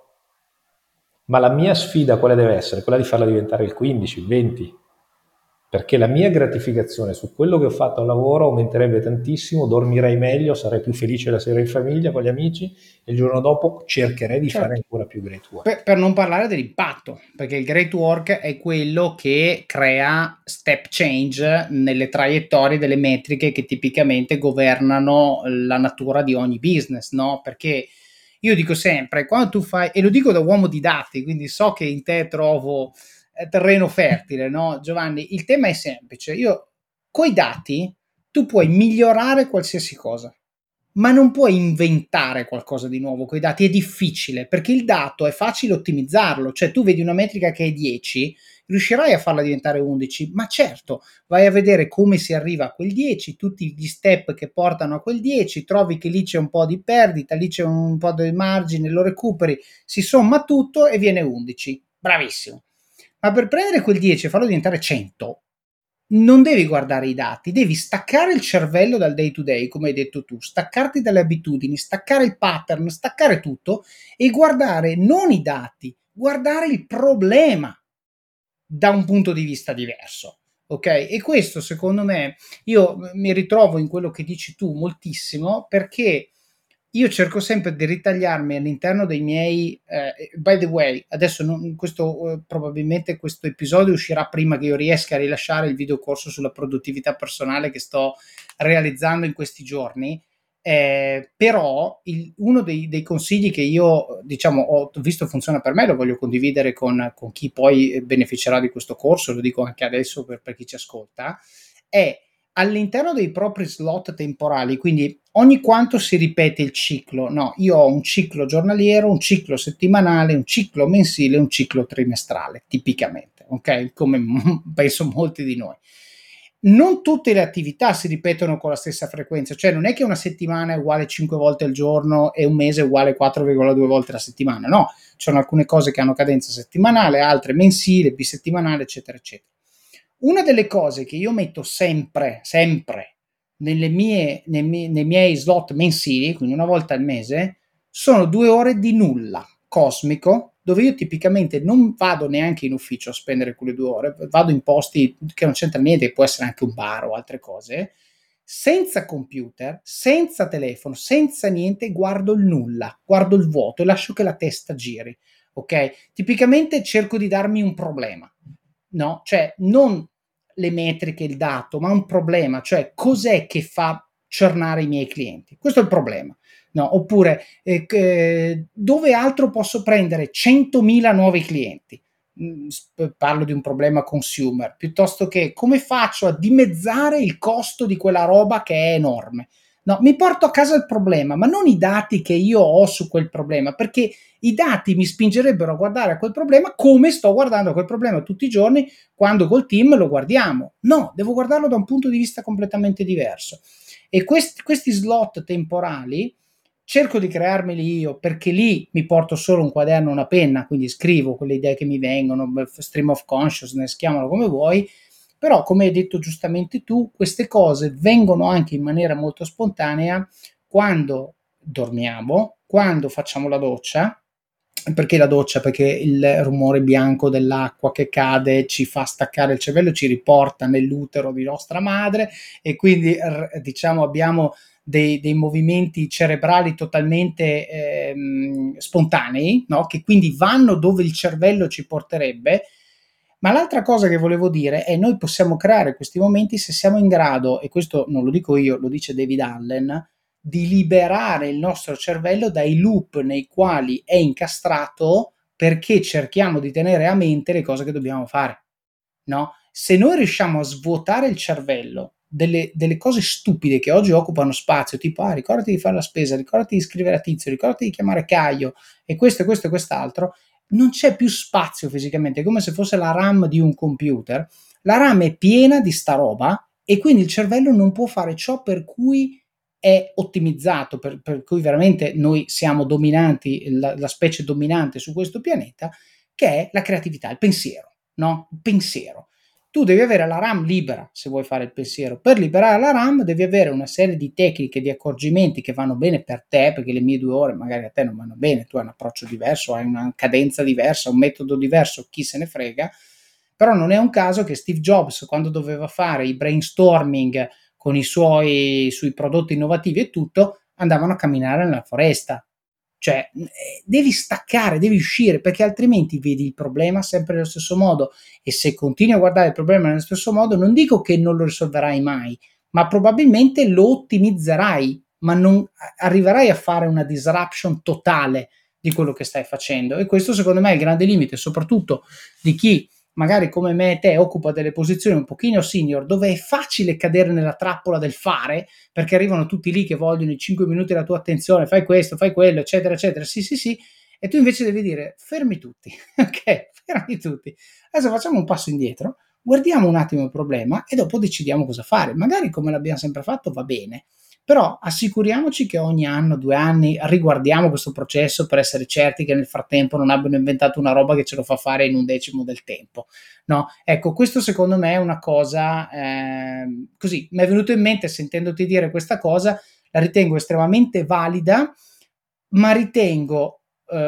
ma la mia sfida quale deve essere? Quella di farla diventare il 15, il 20, perché la mia gratificazione su quello che ho fatto al lavoro aumenterebbe tantissimo, dormirei meglio, sarei più felice la sera in famiglia con gli amici e il giorno dopo cercherei di fare Certo. ancora più great Per, work. per non parlare dell'impatto, perché il great work è quello che crea step change nelle traiettorie delle metriche che tipicamente governano la natura di ogni business, no? Perché io dico sempre, quando tu fai, e lo dico da uomo di dati, quindi so che in te trovo terreno fertile, no? Giovanni, il tema è semplice. Io, coi dati, tu puoi migliorare qualsiasi cosa, ma non puoi inventare qualcosa di nuovo coi dati, è difficile perché il dato è facile ottimizzarlo, cioè tu vedi una metrica che è 10, riuscirai a farla diventare 11, ma certo, vai a vedere come si arriva a quel 10, tutti gli step che portano a quel 10, trovi che lì c'è un po' di perdita, lì c'è un po' di margine, lo recuperi, si somma tutto e viene 11. Bravissimo. Ma per prendere quel 10 e farlo diventare 100, non devi guardare i dati, devi staccare il cervello dal day to day, come hai detto tu, staccarti dalle abitudini, staccare il pattern, staccare tutto e guardare non i dati, guardare il problema da un punto di vista diverso. Ok? E questo secondo me io mi ritrovo in quello che dici tu moltissimo perché io cerco sempre di ritagliarmi all'interno dei miei by the way, adesso questo, probabilmente questo episodio uscirà prima che io riesca a rilasciare il videocorso sulla produttività personale che sto realizzando in questi giorni, Però uno dei consigli che io, diciamo, ho visto funziona per me, lo voglio condividere con chi poi beneficerà di questo corso, lo dico anche adesso per chi ci ascolta, è all'interno dei propri slot temporali, quindi ogni quanto si ripete il ciclo. No, io ho un ciclo giornaliero, un ciclo settimanale, un ciclo mensile, un ciclo trimestrale, tipicamente, ok? Come penso molti di noi. Non tutte le attività si ripetono con la stessa frequenza, cioè non è che una settimana è uguale 5 volte al giorno e un mese è uguale 4,2 volte alla settimana, no, ci sono alcune cose che hanno cadenza settimanale, altre mensile, bisettimanale, eccetera, eccetera. Una delle cose che io metto sempre nei miei slot mensili, quindi una volta al mese, sono 2 ore di nulla cosmico, dove io tipicamente non vado neanche in ufficio a spendere quelle 2 ore, vado in posti che non c'entra niente, può essere anche un bar o altre cose, senza computer, senza telefono, senza niente, guardo il nulla, guardo il vuoto e lascio che la testa giri, ok? Tipicamente cerco di darmi un problema, no? Cioè non le metriche, il dato, ma un problema, cioè cos'è che fa churnare i miei clienti? Questo è il problema. No, oppure dove altro posso prendere 100.000 nuovi clienti? Parlo di un problema consumer, piuttosto che come faccio a dimezzare il costo di quella roba che è enorme. No, mi porto a casa il problema, ma non i dati che io ho su quel problema, perché i dati mi spingerebbero a guardare a quel problema come sto guardando quel problema tutti i giorni quando col team lo guardiamo. No, devo guardarlo da un punto di vista completamente diverso. E questi slot temporali cerco di crearmeli io, perché lì mi porto solo un quaderno e una penna, quindi scrivo quelle idee che mi vengono, stream of consciousness, chiamalo come vuoi, però come hai detto giustamente tu, queste cose vengono anche in maniera molto spontanea quando dormiamo, quando facciamo la doccia. Perché la doccia? Perché il rumore bianco dell'acqua che cade ci fa staccare il cervello, ci riporta nell'utero di nostra madre e quindi diciamo abbiamo dei movimenti cerebrali totalmente spontanei, no? Che quindi vanno dove il cervello ci porterebbe. Ma l'altra cosa che volevo dire è noi possiamo creare questi momenti se siamo in grado, e questo non lo dico io, lo dice David Allen, di liberare il nostro cervello dai loop nei quali è incastrato perché cerchiamo di tenere a mente le cose che dobbiamo fare, no? Se noi riusciamo a svuotare il cervello delle cose stupide che oggi occupano spazio, tipo ricordati di fare la spesa, ricordati di scrivere a Tizio, ricordati di chiamare Caio e questo e quest'altro, non c'è più spazio fisicamente, è come se fosse la RAM di un computer. La RAM è piena di sta roba e quindi il cervello non può fare ciò per cui è ottimizzato, per cui veramente noi siamo dominanti, la specie dominante su questo pianeta, che è la creatività, il pensiero, no? Il pensiero. Tu devi avere la RAM libera se vuoi fare il pensiero. Per liberare la RAM devi avere una serie di tecniche, di accorgimenti che vanno bene per te, perché le mie 2 ore magari a te non vanno bene, tu hai un approccio diverso, hai una cadenza diversa, un metodo diverso, chi se ne frega. Però non è un caso che Steve Jobs, quando doveva fare i brainstorming con sui prodotti innovativi e tutto, andavano a camminare nella foresta. Cioè, devi staccare, devi uscire, perché altrimenti vedi il problema sempre nello stesso modo. E se continui a guardare il problema nello stesso modo, non dico che non lo risolverai mai, ma probabilmente lo ottimizzerai, ma non arriverai a fare una disruption totale di quello che stai facendo. E questo secondo me è il grande limite, soprattutto di chi magari come me e te occupa delle posizioni un pochino senior, dove è facile cadere nella trappola del fare, perché arrivano tutti lì che vogliono i 5 minuti della tua attenzione, fai questo, fai quello, eccetera, eccetera, sì, sì, sì, e tu invece devi dire fermi tutti, ok, fermi tutti. Adesso facciamo un passo indietro, guardiamo un attimo il problema e dopo decidiamo cosa fare. Magari come l'abbiamo sempre fatto va bene, però assicuriamoci che ogni anno, 2 anni, riguardiamo questo processo per essere certi che nel frattempo non abbiano inventato una roba che ce lo fa fare in 1/10 del tempo. No? Ecco, questo secondo me è una cosa, così, mi è venuto in mente sentendoti dire questa cosa, la ritengo estremamente valida, ma ritengo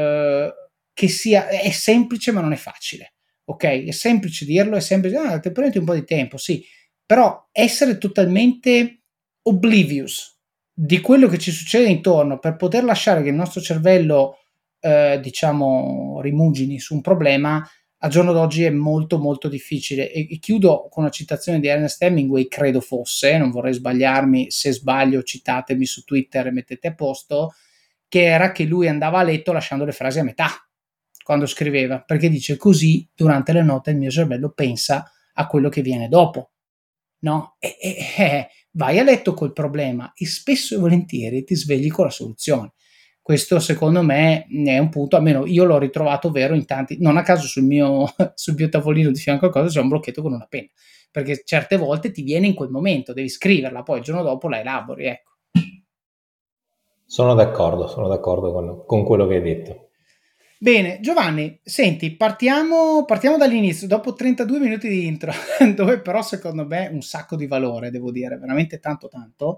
che è semplice ma non è facile, ok? È semplice dirlo, è semplice, ti prendi un po' di tempo, sì, però essere totalmente oblivious di quello che ci succede intorno per poter lasciare che il nostro cervello, diciamo, rimugini su un problema, al giorno d'oggi è molto molto difficile e chiudo con una citazione di Ernest Hemingway, credo fosse, non vorrei sbagliarmi, se sbaglio citatemi su Twitter e mettete a posto, che era che lui andava a letto lasciando le frasi a metà quando scriveva, perché dice così durante le notte il mio cervello pensa a quello che viene dopo, no? Vai a letto col problema e spesso e volentieri ti svegli con la soluzione. Questo secondo me è un punto, almeno io l'ho ritrovato vero in tanti, non a caso sul mio tavolino di fianco a cosa c'è un blocchetto con una penna, perché certe volte ti viene in quel momento, devi scriverla, poi il giorno dopo la elabori, ecco. Sono d'accordo con quello che hai detto. Bene, Giovanni, senti, partiamo dall'inizio, dopo 32 minuti di intro, dove però secondo me un sacco di valore, devo dire, veramente tanto tanto.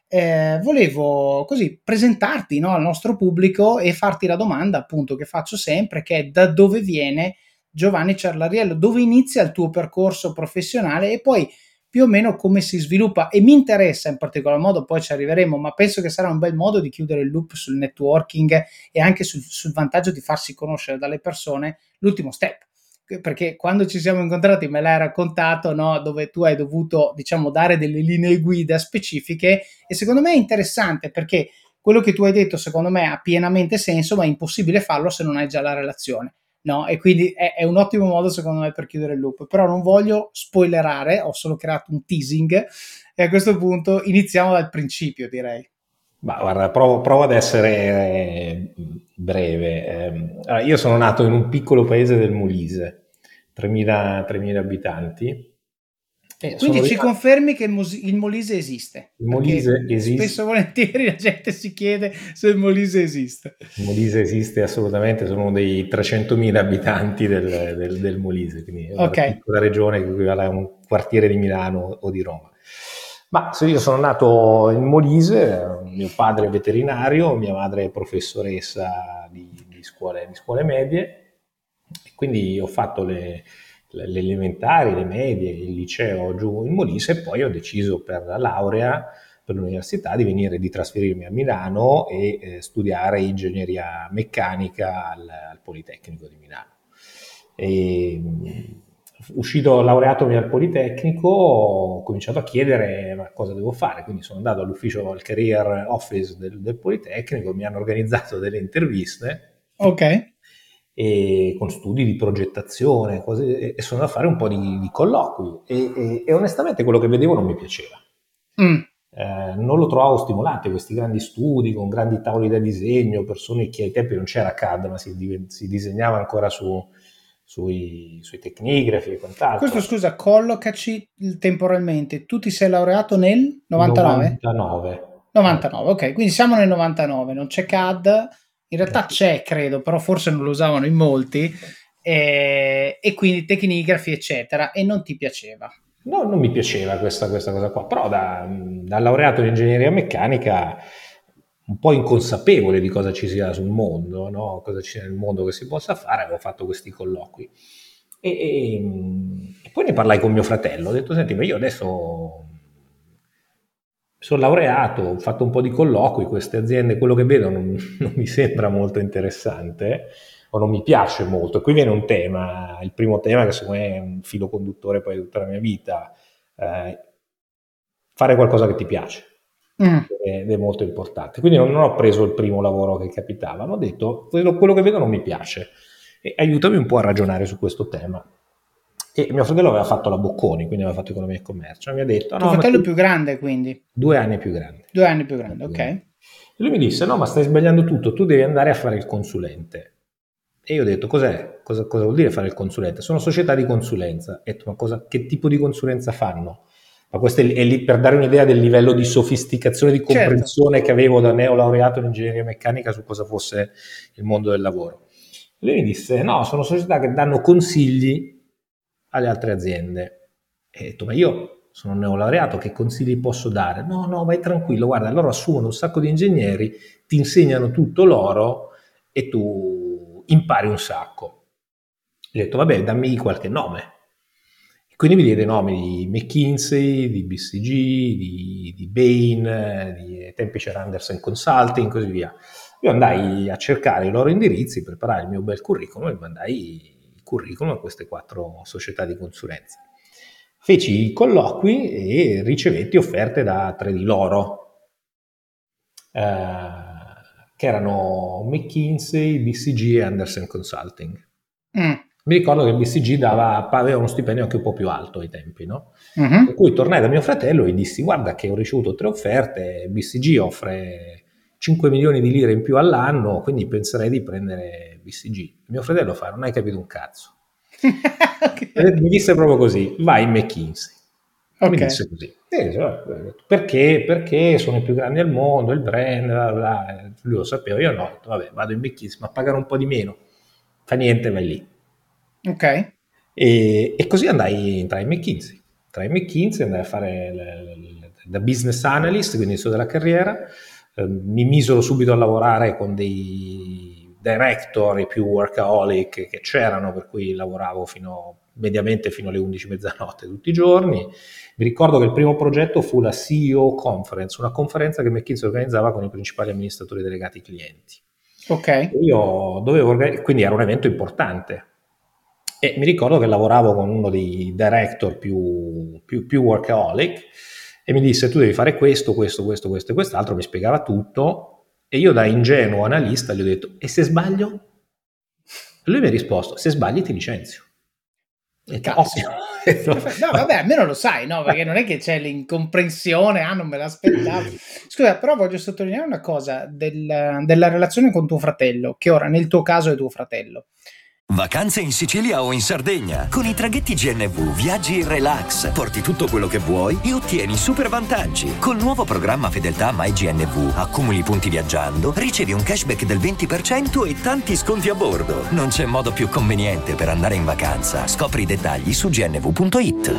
Volevo così presentarti, no, al nostro pubblico e farti la domanda appunto che faccio sempre, che è da dove viene Giovanni Ciarlariello, dove inizia il tuo percorso professionale e poi più o meno come si sviluppa, e mi interessa in particolar modo, poi ci arriveremo, ma penso che sarà un bel modo di chiudere il loop sul networking e anche sul vantaggio di farsi conoscere dalle persone, l'ultimo step. Perché quando ci siamo incontrati me l'hai raccontato, no? Dove tu hai dovuto, diciamo, dare delle linee guida specifiche, e secondo me è interessante perché quello che tu hai detto secondo me ha pienamente senso, ma è impossibile farlo se non hai già la relazione, no? E quindi è un ottimo modo secondo me per chiudere il loop, però non voglio spoilerare, ho solo creato un teasing e a questo punto iniziamo dal principio, direi. Ma guarda, provo ad essere breve. Allora, io sono nato in un piccolo paese del Molise, 3.000 abitanti, e sono Quindi ci rimasto. confermi che il Molise esiste, Il perché Molise esiste. spesso e volentieri la gente si chiede se il Molise esiste. Molise esiste assolutamente, sono uno dei 300.000 abitanti del Molise, quindi è una Ok. piccola regione che equivale a un quartiere di Milano o di Roma. Ma se io sono nato in Molise, mio padre è veterinario, mia madre è professoressa di scuole medie, e quindi ho fatto le elementari, le medie, il liceo giù in Molise e poi ho deciso per la laurea per l'università di trasferirmi a Milano e studiare ingegneria meccanica al Politecnico di Milano. E, uscito laureatomi al Politecnico ho cominciato a chiedere ma cosa devo fare, quindi sono andato all'ufficio, al career office del Politecnico, mi hanno organizzato delle interviste Ok. e con studi di progettazione cose, e sono andato a fare un po' di colloqui e onestamente quello che vedevo non mi piaceva. Mm. Non lo trovavo stimolante, questi grandi studi con grandi tavoli da disegno, persone che ai tempi non c'era CAD, ma si disegnava ancora sui tecnigrafi e Questo quant'altro. scusa, collocaci temporalmente. Tu ti sei laureato nel 99? 99. 99, ok, quindi siamo nel 99, non c'è CAD, in realtà c'è credo, però forse non lo usavano in molti, e quindi tecnigrafi eccetera, e non ti piaceva. No, non mi piaceva questa cosa qua, però da laureato in ingegneria meccanica, un po' inconsapevole di cosa ci sia sul mondo, no? Cosa ci sia nel mondo che si possa fare, avevo fatto questi colloqui. E poi ne parlai con mio fratello, ho detto, senti, ma io adesso sono laureato, ho fatto un po' di colloqui, queste aziende, quello che vedo non mi sembra molto interessante o non mi piace molto. E qui viene un tema, il primo tema che secondo me è un filo conduttore poi di tutta la mia vita, eh, fare qualcosa che ti piace Mm. ed è molto importante. Quindi non ho preso il primo lavoro che capitava, ma ho detto quello che vedo non mi piace e aiutami un po' a ragionare su questo tema. E mio fratello aveva fatto la Bocconi, quindi aveva fatto economia e commercio, e mi ha detto Tuo no, ma fratello è tu più grande quindi, 2 anni più grande. 2 anni più 2 anni grande, più grande. ok. E lui mi disse no, ma stai sbagliando tutto, tu devi andare a fare il consulente. E io ho detto cos'è? Cosa vuol dire fare il consulente? Sono società di consulenza. E ho detto, ma che tipo di consulenza fanno? Ma questo è lì per dare un'idea del livello di sofisticazione, di Certo. comprensione che avevo da neolaureato in ingegneria meccanica su cosa fosse il mondo del lavoro. E lui mi disse, no, sono società che danno consigli alle altre aziende. E ho detto, ma io sono neolaureato, che consigli posso dare? No, no, vai tranquillo, guarda, loro assumono un sacco di ingegneri, ti insegnano tutto loro e tu impari un sacco. Gli ho detto, vabbè, dammi qualche nome. E quindi mi diede i nomi di McKinsey, di BCG, di Bain, ai tempi c'era Anderson Consulting, così via. Io andai a cercare i loro indirizzi, preparai il mio bel curriculum e mandai il curriculum a queste 4 società di consulenza. Feci i colloqui e ricevetti offerte da 3 di loro, che erano McKinsey, BCG e Andersen Consulting. Mi ricordo che BCG aveva uno stipendio anche un po' più alto ai tempi, no? Per cui tornai da mio fratello e dissi: guarda che ho ricevuto 3 offerte, BCG offre 5 milioni di lire in più all'anno, quindi penserei di prendere BCG. Mio fratello fa: non hai capito un cazzo. Okay. Mi disse proprio così: vai in McKinsey. Okay. Mi disse così. Perché? Perché sono i più grandi al mondo, il brand, bla bla. Lui lo sapeva, io no. Vabbè, vado in McKinsey, ma pagare un po' di meno. Fa niente, vai lì. Ok. E così entrai in McKinsey. Entrai in McKinsey, andai a fare da business analyst, quindi all'inizio della carriera. Mi misero subito a lavorare con dei director, i più workaholic che c'erano, per cui lavoravo mediamente fino alle 11 mezzanotte tutti i giorni. Mi ricordo che il primo progetto fu la CEO Conference, una conferenza che McKinsey organizzava con i principali amministratori delegati clienti. Ok. Io dovevo organizzare, quindi era un evento importante. E mi ricordo che lavoravo con uno dei director più workaholic e mi disse: tu devi fare questo e quest'altro, mi spiegava tutto e io da ingenuo analista gli ho detto: e se sbaglio? E lui mi ha risposto: se sbagli ti licenzio. E Cazzo. No, vabbè, almeno lo sai, no? Perché non è che c'è l'incomprensione, non me l'aspettavo. Scusa, però voglio sottolineare una cosa della relazione con tuo fratello, che ora nel tuo caso è tuo fratello. Vacanze in Sicilia o in Sardegna. Con i traghetti GNV viaggi in relax, porti tutto quello che vuoi e ottieni super vantaggi. Col nuovo programma Fedeltà MyGNV accumuli punti viaggiando, ricevi un cashback del 20% e tanti sconti a bordo. Non c'è modo più conveniente per andare in vacanza. Scopri i dettagli su gnv.it.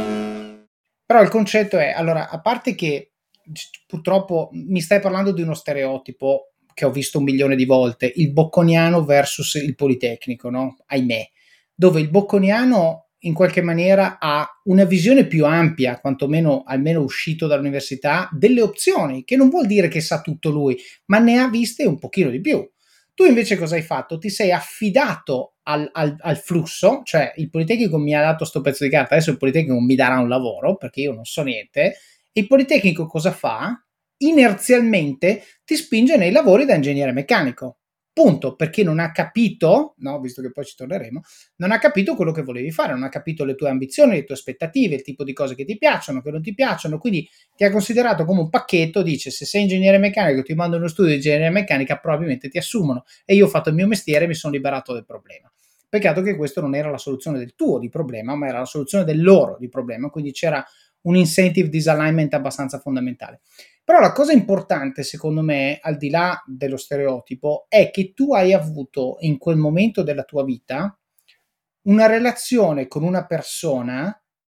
Però il concetto è, allora, a parte che purtroppo mi stai parlando di uno stereotipo che ho visto 1 milione di volte, il bocconiano versus il politecnico, no? Ahimè, dove il bocconiano in qualche maniera ha una visione più ampia, quantomeno almeno uscito dall'università, delle opzioni, che non vuol dire che sa tutto lui, ma ne ha viste un pochino di più. Tu invece cosa hai fatto? Ti sei affidato al flusso, cioè il Politecnico mi ha dato sto pezzo di carta, adesso il Politecnico mi darà un lavoro, perché io non so niente, e il Politecnico cosa fa? Inerzialmente ti spinge nei lavori da ingegnere meccanico. Punto, perché non ha capito, no, visto che poi ci torneremo, non ha capito quello che volevi fare, non ha capito le tue ambizioni, le tue aspettative, il tipo di cose che ti piacciono, che non ti piacciono, quindi ti ha considerato come un pacchetto, dice: se sei ingegnere meccanico ti mando in uno studio di ingegneria meccanica, probabilmente ti assumono, e io ho fatto il mio mestiere e mi sono liberato del problema. Peccato che questo non era la soluzione del tuo di problema, ma era la soluzione del loro di problema, quindi c'era un incentive disalignment abbastanza fondamentale. Però la cosa importante, secondo me, al di là dello stereotipo, è che tu hai avuto in quel momento della tua vita una relazione con una persona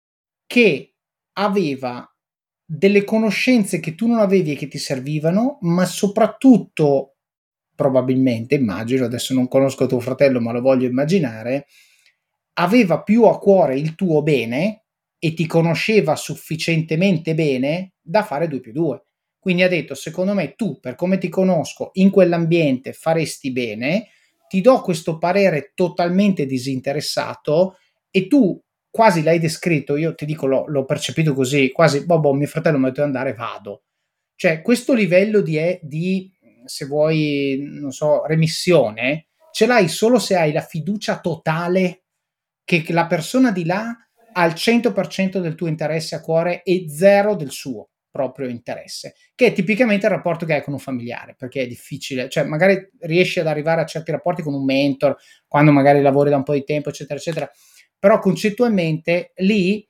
che aveva delle conoscenze che tu non avevi e che ti servivano, ma soprattutto, probabilmente, immagino, adesso non conosco tuo fratello, ma lo voglio immaginare, aveva più a cuore il tuo bene e ti conosceva sufficientemente bene da fare 2+2. Quindi ha detto: secondo me tu, per come ti conosco, in quell'ambiente faresti bene, ti do questo parere totalmente disinteressato e tu quasi l'hai descritto, io ti dico, l'ho percepito così, quasi, mio fratello mi ha detto di andare, vado. Cioè, questo livello di, se vuoi, non so, remissione, ce l'hai solo se hai la fiducia totale che la persona di là ha il 100% del tuo interesse a cuore e zero del suo proprio interesse, che è tipicamente il rapporto che hai con un familiare, perché è difficile, cioè magari riesci ad arrivare a certi rapporti con un mentor, quando magari lavori da un po' di tempo, eccetera, eccetera, però concettualmente lì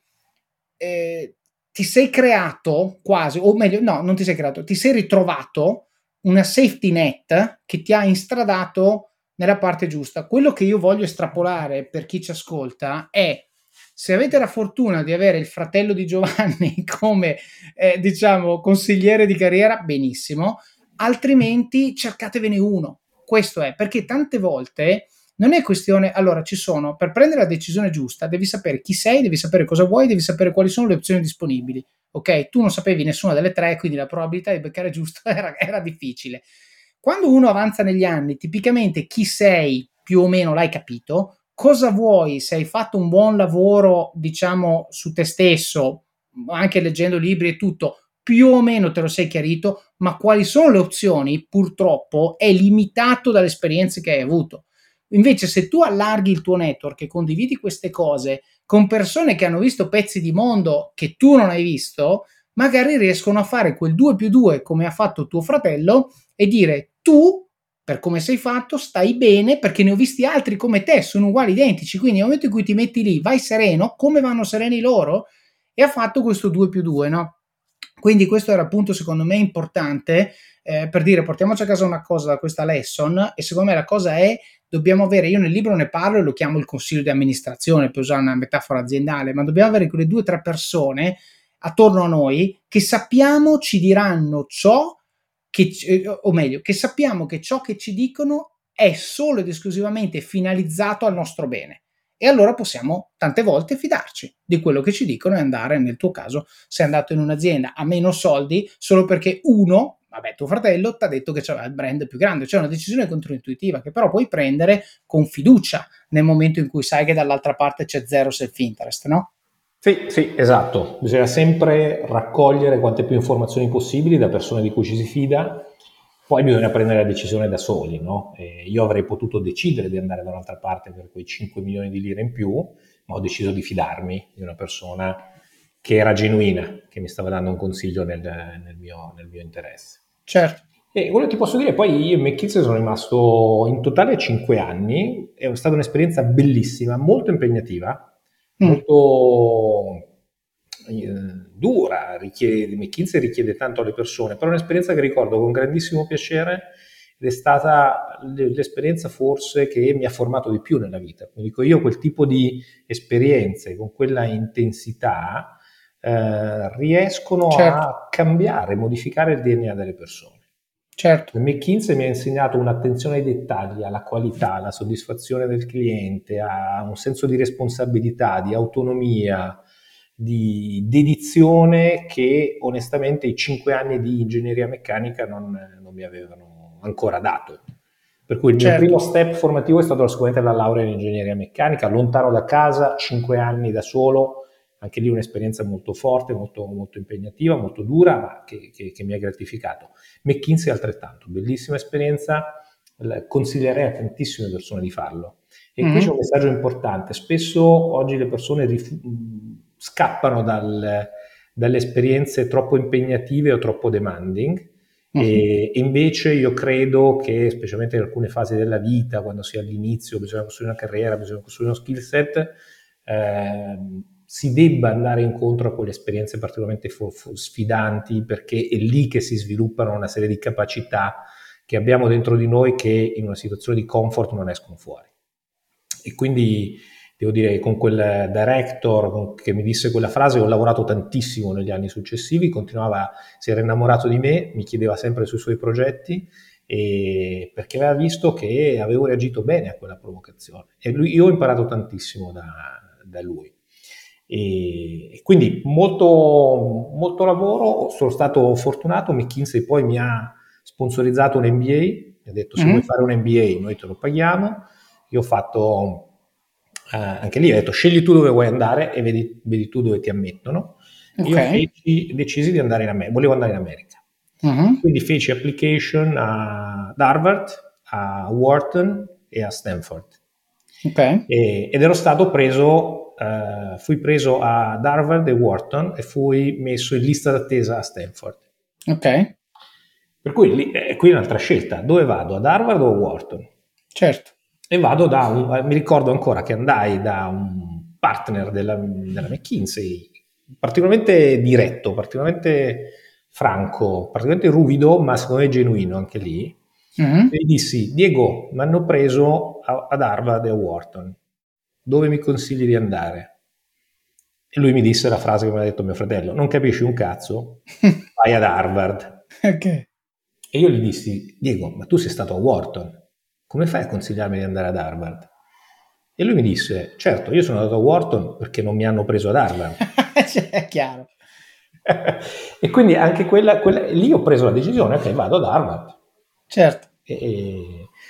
ti sei creato quasi, o meglio, no, non ti sei creato, ti sei ritrovato una safety net che ti ha instradato nella parte giusta. Quello che io voglio estrapolare per chi ci ascolta è: se avete la fortuna di avere il fratello di Giovanni come diciamo consigliere di carriera, benissimo, altrimenti cercatevene uno. Questo è, perché tante volte non è questione, allora ci sono, per prendere la decisione giusta devi sapere chi sei, devi sapere cosa vuoi, devi sapere quali sono le opzioni disponibili, ok? Tu non sapevi nessuna delle tre, quindi la probabilità di beccare giusto era difficile. Quando uno avanza negli anni, tipicamente chi sei più o meno l'hai capito, cosa vuoi, se hai fatto un buon lavoro, diciamo, su te stesso, anche leggendo libri e tutto, più o meno te lo sei chiarito, ma quali sono le opzioni, purtroppo, è limitato dalle esperienze che hai avuto. Invece, se tu allarghi il tuo network e condividi queste cose con persone che hanno visto pezzi di mondo che tu non hai visto, magari riescono a fare quel 2 più 2 come ha fatto tuo fratello e dire tu, per come sei fatto, stai bene perché ne ho visti altri come te, sono uguali, identici, quindi nel momento in cui ti metti lì, vai sereno, come vanno sereni loro, e ha fatto questo 2 più 2, no? Quindi questo era appunto secondo me importante, per dire portiamoci a casa una cosa da questa lesson, e secondo me la cosa è dobbiamo avere, io nel libro ne parlo e lo chiamo il consiglio di amministrazione per usare una metafora aziendale, ma dobbiamo avere quelle 2 o 3 persone attorno a noi che sappiamo ci diranno ciò che, o meglio, che sappiamo che ciò che ci dicono è solo ed esclusivamente finalizzato al nostro bene. E allora possiamo tante volte fidarci di quello che ci dicono e andare, nel tuo caso, sei andato in un'azienda a meno soldi solo perché uno, vabbè, tuo fratello, ti ha detto che c'era il brand più grande, cioè una decisione controintuitiva che però puoi prendere con fiducia nel momento in cui sai che dall'altra parte c'è zero self-interest, no? Sì, sì, esatto. Bisogna sempre raccogliere quante più informazioni possibili da persone di cui ci si fida, poi bisogna prendere la decisione da soli, no? Io avrei potuto decidere di andare da un'altra parte per quei 5 milioni di lire in più, ma ho deciso di fidarmi di una persona che era genuina, che mi stava dando un consiglio nel mio interesse. Certo. E quello che ti posso dire, poi io in McKinsey sono rimasto in totale 5 anni, è stata un'esperienza bellissima, molto impegnativa, molto dura, McKinsey richiede tanto alle persone, però è un'esperienza che ricordo con grandissimo piacere ed è stata l'esperienza forse che mi ha formato di più nella vita. Quindi dico io, quel tipo di esperienze con quella intensità riescono a cambiare, modificare il DNA delle persone. Certo. McKinsey mi ha insegnato un'attenzione ai dettagli, alla qualità, alla soddisfazione del cliente, a un senso di responsabilità, di autonomia, di dedizione che onestamente i 5 anni di ingegneria meccanica non mi avevano ancora dato. Per cui il mio primo step formativo è stato sicuramente la laurea in ingegneria meccanica, lontano da casa, 5 anni da solo, anche lì un'esperienza molto forte, molto, molto impegnativa, molto dura, ma che mi ha gratificato. McKinsey altrettanto, bellissima esperienza, consiglierei a tantissime persone di farlo. E qui c'è un messaggio importante, spesso oggi le persone scappano dalle esperienze troppo impegnative o troppo demanding, e invece io credo che specialmente in alcune fasi della vita, quando si è all'inizio, bisogna costruire una carriera, bisogna costruire uno skill set, si debba andare incontro a quelle esperienze particolarmente sfidanti, perché è lì che si sviluppano una serie di capacità che abbiamo dentro di noi che in una situazione di comfort non escono fuori. E quindi devo dire che con quel director che mi disse quella frase ho lavorato tantissimo negli anni successivi, si era innamorato di me, mi chiedeva sempre sui suoi progetti, perché aveva visto che avevo reagito bene a quella provocazione. E io ho imparato tantissimo da lui. E quindi molto, molto lavoro, sono stato fortunato, McKinsey poi mi ha sponsorizzato un MBA, mi ha detto se vuoi fare un MBA noi te lo paghiamo. Io ho fatto anche lì, ho detto scegli tu dove vuoi andare e vedi tu dove ti ammettono. Io decisi di andare in America, volevo andare in America, quindi feci application ad Harvard, a Wharton e a Stanford. Ed ero stato fui preso ad Harvard e Wharton e fui messo in lista d'attesa a Stanford. Per cui qui è un'altra scelta, dove vado, ad Harvard o a Wharton? Certo. E vado mi ricordo ancora che andai da un partner della McKinsey, particolarmente diretto, particolarmente franco, particolarmente ruvido, ma secondo me genuino anche lì. E gli dissi, Diego, mi hanno preso ad Harvard e a Wharton, dove mi consigli di andare? E lui mi disse la frase che mi ha detto mio fratello, non capisci un cazzo, vai ad Harvard. E io gli dissi, Diego, ma tu sei stato a Wharton, come fai a consigliarmi di andare ad Harvard? E lui mi disse, certo, io sono andato a Wharton perché non mi hanno preso ad Harvard. È chiaro. E quindi anche quella lì ho preso la decisione, ok, vado ad Harvard. Certo.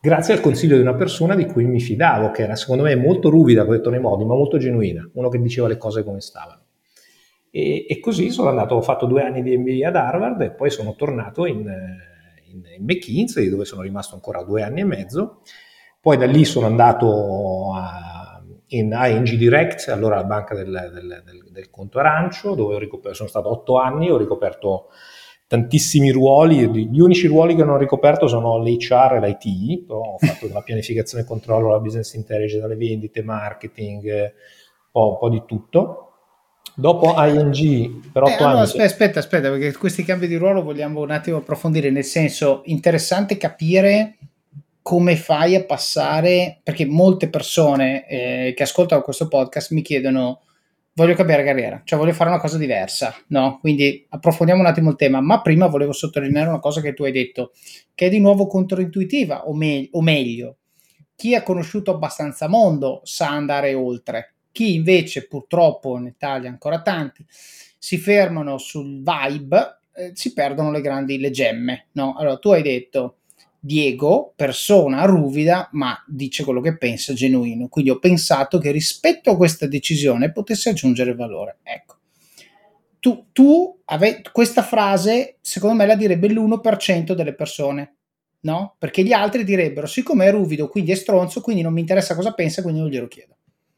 grazie al consiglio di una persona di cui mi fidavo, che era secondo me molto ruvida, come detto nei modi, ma molto genuina, uno che diceva le cose come stavano. E così sono andato, ho fatto 2 anni di MBA ad Harvard e poi sono tornato in McKinsey, dove sono rimasto ancora 2 anni e mezzo. Poi da lì sono andato in ING Direct, allora la banca del conto arancio, dove sono stato 8 anni, ho ricoperto tantissimi ruoli. Gli unici ruoli che non ho ricoperto sono l'HR e l'IT, però ho fatto la pianificazione e controllo, la business intelligence, le vendite, marketing, un po' di tutto. Dopo ING per 8 allora, anni... aspetta, perché questi cambi di ruolo vogliamo un attimo approfondire, nel senso, interessante capire come fai a passare, perché molte persone che ascoltano questo podcast mi chiedono: voglio cambiare carriera, cioè voglio fare una cosa diversa, no? Quindi approfondiamo un attimo il tema, ma prima volevo sottolineare una cosa che tu hai detto, che è di nuovo controintuitiva, o meglio, chi ha conosciuto abbastanza mondo sa andare oltre. Chi invece, purtroppo in Italia ancora tanti, si fermano sul vibe, si perdono le gemme, no? Allora tu hai detto: Diego, persona ruvida, ma dice quello che pensa, genuino. Quindi ho pensato che rispetto a questa decisione potesse aggiungere valore. Ecco. Questa frase, secondo me, la direbbe l'1% delle persone, no? Perché gli altri direbbero: siccome è ruvido, quindi è stronzo, quindi non mi interessa cosa pensa, quindi non glielo chiedo.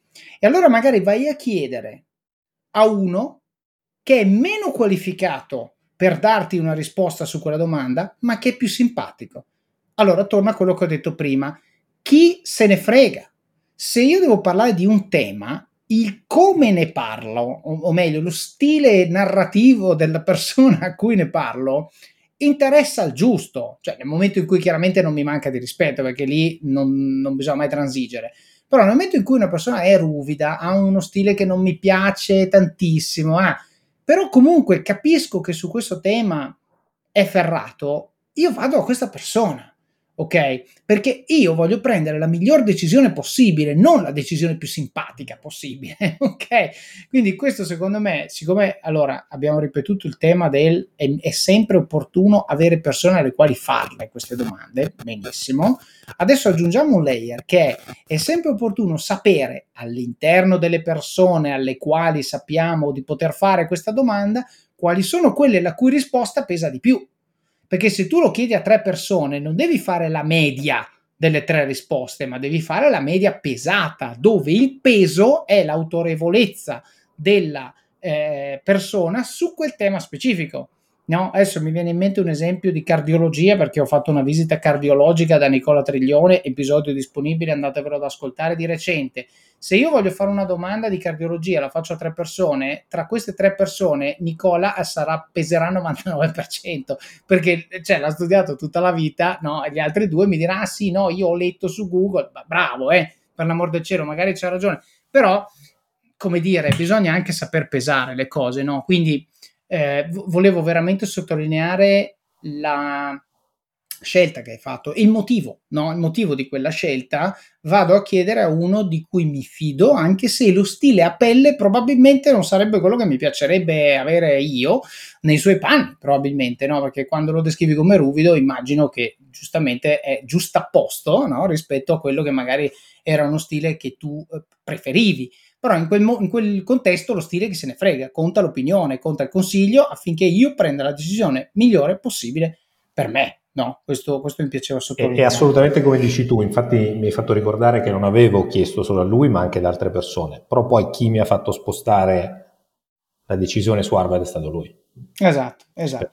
E allora magari vai a chiedere a uno che è meno qualificato per darti una risposta su quella domanda, ma che è più simpatico. Allora torna a quello che ho detto prima: chi se ne frega? Se io devo parlare di un tema, il come ne parlo, o meglio, lo stile narrativo della persona a cui ne parlo, interessa al giusto, cioè nel momento in cui chiaramente non mi manca di rispetto, perché lì non bisogna mai transigere. Però nel momento in cui una persona è ruvida, ha uno stile che non mi piace tantissimo, però comunque capisco che su questo tema è ferrato, io vado a questa persona, ok? Perché io voglio prendere la miglior decisione possibile, non la decisione più simpatica possibile, ok? Quindi questo secondo me, siccome allora abbiamo ripetuto il tema è sempre opportuno avere persone alle quali farle queste domande, benissimo. Adesso aggiungiamo un layer che è sempre opportuno sapere all'interno delle persone alle quali sappiamo di poter fare questa domanda quali sono quelle la cui risposta pesa di più. Perché se tu lo chiedi a 3 persone non devi fare la media delle 3 risposte, ma devi fare la media pesata, dove il peso è l'autorevolezza della persona su quel tema specifico. No? Adesso mi viene in mente un esempio di cardiologia, perché ho fatto una visita cardiologica da Nicola Triglione, episodio disponibile, andatevelo ad ascoltare di recente. Se io voglio fare una domanda di cardiologia, la faccio a 3 persone, tra queste 3 persone Nicola peserà il 99%, perché cioè, l'ha studiato tutta la vita, no? E gli altri 2 mi diranno: ah sì, no, io ho letto su Google, bravo, per l'amor del cielo, magari c'ha ragione, però, come dire, bisogna anche saper pesare le cose, no? Quindi volevo veramente sottolineare la scelta che hai fatto, il motivo, no? Il motivo di quella scelta. Vado a chiedere a uno di cui mi fido, anche se lo stile a pelle probabilmente non sarebbe quello che mi piacerebbe avere io nei suoi panni, probabilmente, no? Perché quando lo descrivi come ruvido immagino che giustamente è giustapposto, no? Rispetto a quello che magari era uno stile che tu preferivi. Però in quel contesto lo stile che se ne frega, conta l'opinione, conta il consiglio affinché io prenda la decisione migliore possibile per me. No, questo mi piaceva È sottolineare. assolutamente come dici tu, infatti mi hai fatto ricordare che non avevo chiesto solo a lui ma anche ad altre persone, però poi chi mi ha fatto spostare la decisione su Harvard è stato lui. Esatto.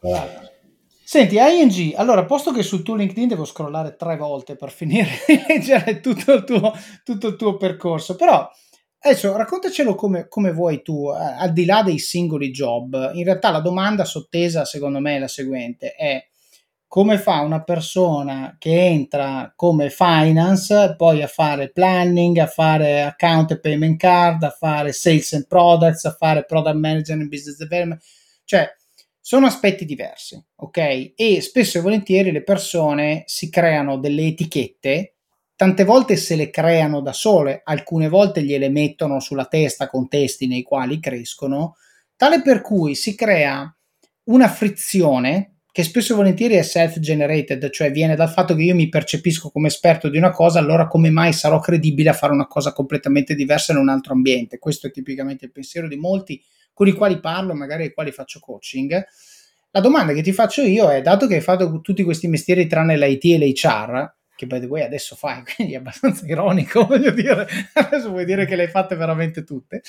Senti, ING, allora, posto che sul tuo LinkedIn devo scrollare 3 volte per finire di leggere tutto il tuo percorso, però adesso raccontacelo come vuoi tu, al di là dei singoli job. In realtà la domanda sottesa, secondo me, è la seguente: è come fa una persona che entra come finance poi a fare planning, a fare account e payment card, a fare sales and products, a fare product management e business development, cioè sono aspetti diversi, ok? E spesso e volentieri le persone si creano delle etichette, tante volte se le creano da sole, alcune volte gliele mettono sulla testa contesti nei quali crescono, tale per cui si crea una frizione che spesso e volentieri è self-generated, cioè viene dal fatto che io mi percepisco come esperto di una cosa, allora come mai sarò credibile a fare una cosa completamente diversa in un altro ambiente? Questo è tipicamente il pensiero di molti con i quali parlo, magari ai quali faccio coaching. La domanda che ti faccio io è, dato che hai fatto tutti questi mestieri tranne l'IT e l'HR, che by the way adesso fai, quindi è abbastanza ironico, voglio dire, adesso vuoi dire che le hai fatte veramente tutte,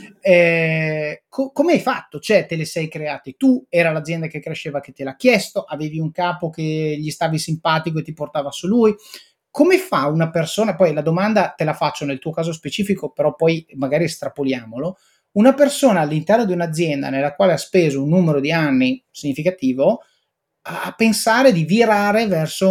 come hai fatto? Cioè te le sei create tu, era l'azienda che cresceva che te l'ha chiesto, avevi un capo che gli stavi simpatico e ti portava su lui? Come fa una persona, poi la domanda te la faccio nel tuo caso specifico, però poi magari estrapoliamolo, una persona all'interno di un'azienda nella quale ha speso un numero di anni significativo a pensare di virare verso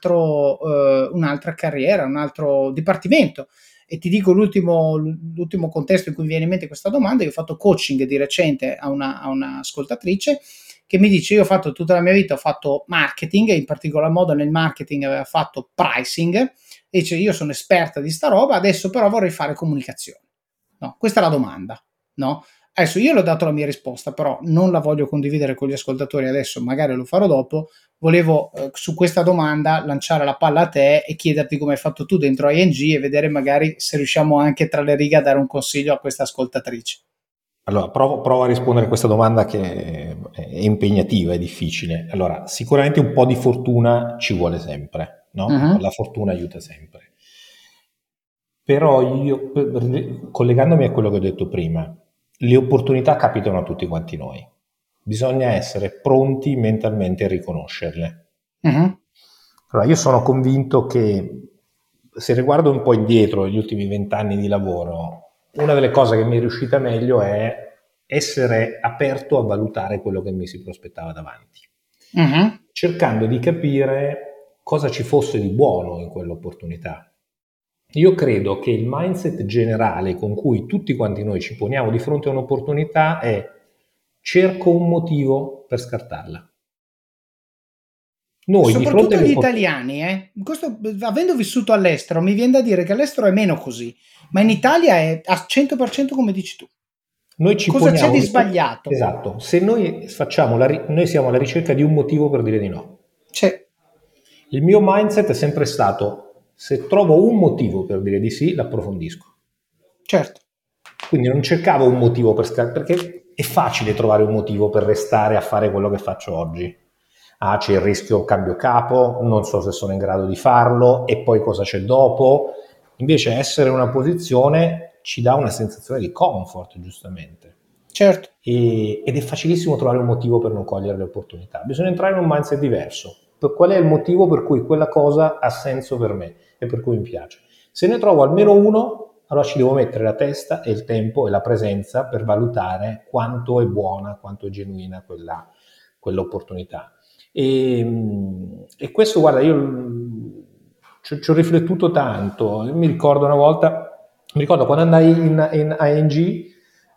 un'altra carriera, un altro dipartimento. E ti dico l'ultimo contesto in cui mi viene in mente questa domanda. Io ho fatto coaching di recente a una ascoltatrice che mi dice: io ho fatto tutta la mia vita, ho fatto marketing, e in particolar modo nel marketing aveva fatto pricing, e dice: io sono esperta di sta roba, adesso però vorrei fare comunicazione. No, questa è la domanda, no? Adesso io le ho dato la mia risposta, però non la voglio condividere con gli ascoltatori adesso, magari lo farò dopo. Volevo su questa domanda lanciare la palla a te e chiederti come hai fatto tu dentro ING e vedere magari se riusciamo anche tra le righe a dare un consiglio a questa ascoltatrice. Allora, provo a rispondere a questa domanda che è impegnativa, è difficile. Allora, sicuramente un po' di fortuna ci vuole sempre, no? Uh-huh. La fortuna aiuta sempre. Però io, collegandomi a quello che ho detto prima, le opportunità capitano a tutti quanti noi. Bisogna essere pronti mentalmente a riconoscerle. Uh-huh. Allora, io sono convinto che, se riguardo un po' indietro gli ultimi 20 anni di lavoro, una delle cose che mi è riuscita meglio è essere aperto a valutare quello che mi si prospettava davanti, cercando di capire cosa ci fosse di buono in quell'opportunità. Io credo che il mindset generale con cui tutti quanti noi ci poniamo di fronte a un'opportunità è: cerco un motivo per scartarla. Noi di fronte Soprattutto alle gli opportunità... italiani, questo, avendo vissuto all'estero, mi viene da dire che all'estero è meno così, ma in Italia è a 100% come dici tu. Noi ci Cosa c'è poniamo di di fronte... sbagliato? Esatto, se noi facciamo noi siamo alla ricerca di un motivo per dire di no. C'è. Il mio mindset è sempre stato: se trovo un motivo per dire di sì, l'approfondisco. Certo. Quindi non cercavo un motivo perché è facile trovare un motivo per restare a fare quello che faccio oggi. Ah, c'è il rischio cambio capo, non so se sono in grado di farlo, e poi cosa c'è dopo. Invece essere in una posizione ci dà una sensazione di comfort, giustamente. Certo. Ed è facilissimo trovare un motivo per non cogliere le opportunità. Bisogna entrare in un mindset diverso. Qual è il motivo per cui quella cosa ha senso per me e per cui mi piace? Se ne trovo almeno uno, allora ci devo mettere la testa e il tempo e la presenza per valutare quanto è buona, quanto è genuina quell'opportunità. E questo, guarda, io ci ho riflettuto tanto. Io mi ricordo una volta, quando andai in ING,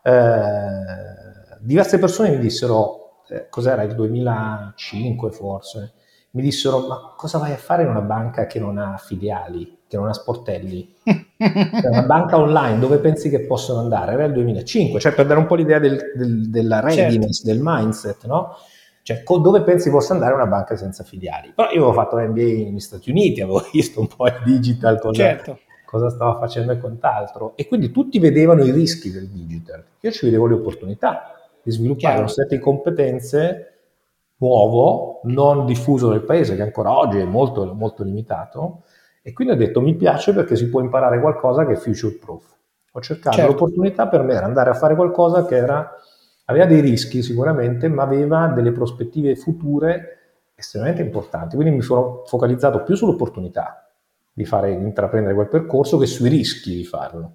diverse persone mi dissero, cos'era, il 2005 forse, mi dissero: ma cosa vai a fare in una banca che non ha filiali, che non ha sportelli? Cioè, una banca online, dove pensi che possono andare? Era il 2005, cioè per dare un po' l'idea della readiness, Certo. del mindset, no? Cioè, dove pensi possa andare una banca senza filiali? Però io avevo fatto l'MBA negli Stati Uniti, avevo visto un po' il digital, Certo. cosa stava facendo e quant'altro, e quindi tutti vedevano i rischi del digital. Io ci vedevo le opportunità di sviluppare un Chiaro. set di competenze nuovo, non diffuso nel paese, che ancora oggi è molto, molto limitato, e quindi ho detto: mi piace perché si può imparare qualcosa che è future proof. Ho cercato Certo. l'opportunità, per me era andare a fare qualcosa che aveva dei rischi sicuramente, ma aveva delle prospettive future estremamente importanti. Quindi mi sono focalizzato più sull'opportunità di intraprendere quel percorso che sui rischi di farlo.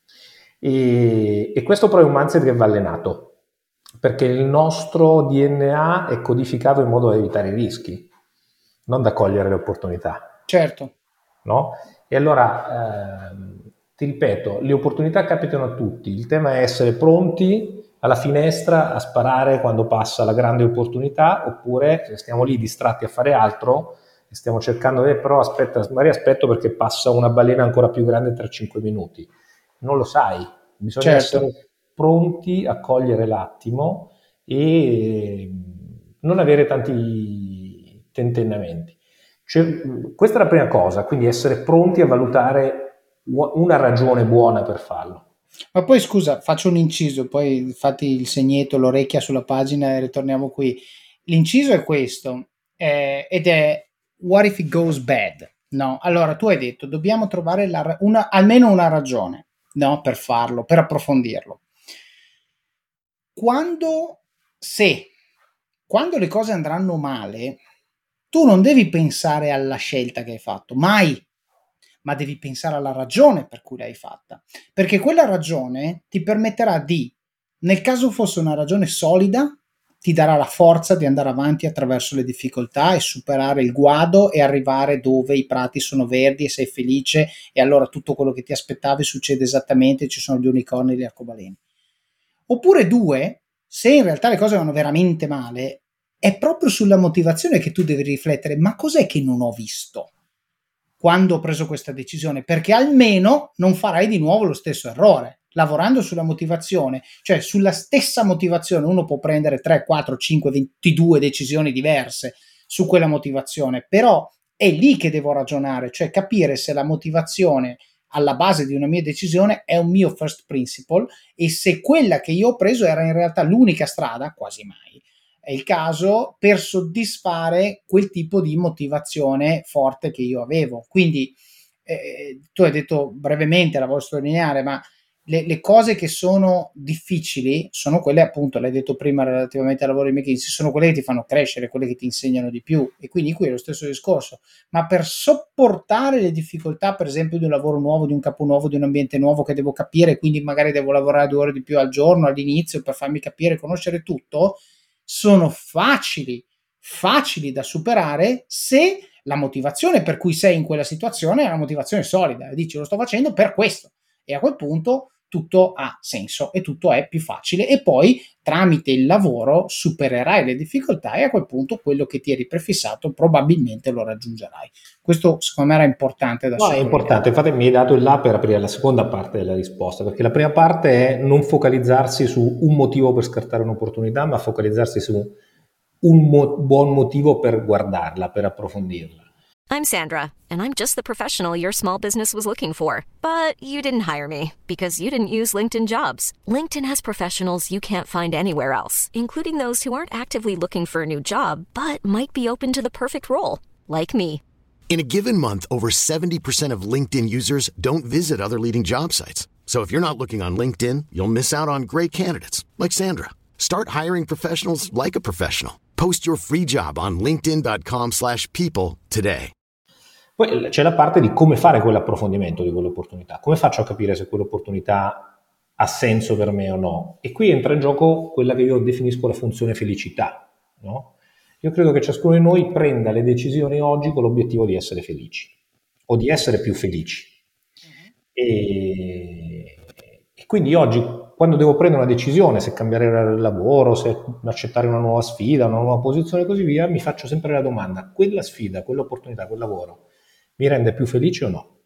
E questo però è un mindset che va allenato, perché il nostro DNA è codificato in modo da evitare i rischi, non da cogliere le opportunità. Certo. No? E allora, ti ripeto, le opportunità capitano a tutti, il tema è essere pronti alla finestra a sparare quando passa la grande opportunità, oppure se stiamo lì distratti a fare altro e stiamo cercando, però magari aspetto perché passa una balena ancora più grande tra 5 minuti. Non lo sai, bisogna Certo. essere pronti a cogliere l'attimo e non avere tanti tentennamenti. Questa è la prima cosa, quindi essere pronti a valutare una ragione buona per farlo. Ma poi scusa, faccio un inciso, poi fatti il segnetto, l'orecchia sulla pagina e ritorniamo qui. L'inciso è questo, ed è what if it goes bad? No, allora tu hai detto dobbiamo trovare almeno una ragione, no, per farlo, per approfondirlo. Quando le cose andranno male, tu non devi pensare alla scelta che hai fatto, mai, ma devi pensare alla ragione per cui l'hai fatta, perché quella ragione ti permetterà nel caso fosse una ragione solida, ti darà la forza di andare avanti attraverso le difficoltà e superare il guado e arrivare dove i prati sono verdi e sei felice e allora tutto quello che ti aspettavi succede esattamente, ci sono gli unicorni e gli arcobaleni. Oppure due, se in realtà le cose vanno veramente male, è proprio sulla motivazione che tu devi riflettere, ma cos'è che non ho visto quando ho preso questa decisione? Perché almeno non farai di nuovo lo stesso errore. Lavorando sulla motivazione, cioè sulla stessa motivazione, uno può prendere 3, 4, 5, 22 decisioni diverse su quella motivazione, però è lì che devo ragionare, cioè capire se la motivazione alla base di una mia decisione è un mio first principle e se quella che io ho preso era in realtà l'unica strada, quasi mai, è il caso, per soddisfare quel tipo di motivazione forte che io avevo. Quindi tu hai detto brevemente, la voglio sottolineare, ma le cose che sono difficili sono quelle, appunto, l'hai detto prima relativamente al lavoro di McKinsey, sono quelle che ti fanno crescere, quelle che ti insegnano di più, e quindi qui è lo stesso discorso. Ma per sopportare le difficoltà, per esempio, di un lavoro nuovo, di un capo nuovo, di un ambiente nuovo che devo capire, quindi magari devo lavorare 2 ore di più al giorno all'inizio per farmi capire, conoscere tutto, sono facili da superare se la motivazione per cui sei in quella situazione è una motivazione solida e dici lo sto facendo per questo, e a quel punto tutto ha senso e tutto è più facile, e poi tramite il lavoro supererai le difficoltà e a quel punto quello che ti eri prefissato probabilmente lo raggiungerai. Questo secondo me era importante da No, è sottolineare. importante, infatti mi hai dato il là per aprire la seconda parte della risposta, perché la prima parte è non focalizzarsi su un motivo per scartare un'opportunità, ma focalizzarsi su un buon motivo per guardarla, per approfondirla. I'm Sandra, and I'm just the professional your small business was looking for. But you didn't hire me because you didn't use LinkedIn Jobs. LinkedIn has professionals you can't find anywhere else, including those who aren't actively looking for a new job, but might be open to the perfect role, like me. In a given month, over 70% of LinkedIn users don't visit other leading job sites. So if you're not looking on LinkedIn, you'll miss out on great candidates like Sandra. Start hiring professionals like a professional. Post your free job on linkedin.com/people today. Poi c'è la parte di come fare quell'approfondimento di quell'opportunità. Come faccio a capire se quell'opportunità ha senso per me o no? E qui entra in gioco quella che io definisco la funzione felicità, no? Io credo che ciascuno di noi prenda le decisioni oggi con l'obiettivo di essere felici o di essere più felici. E quindi oggi, quando devo prendere una decisione, se cambiare il lavoro, se accettare una nuova sfida, una nuova posizione e così via, mi faccio sempre la domanda: quella sfida, quell'opportunità, quel lavoro mi rende più felice o no?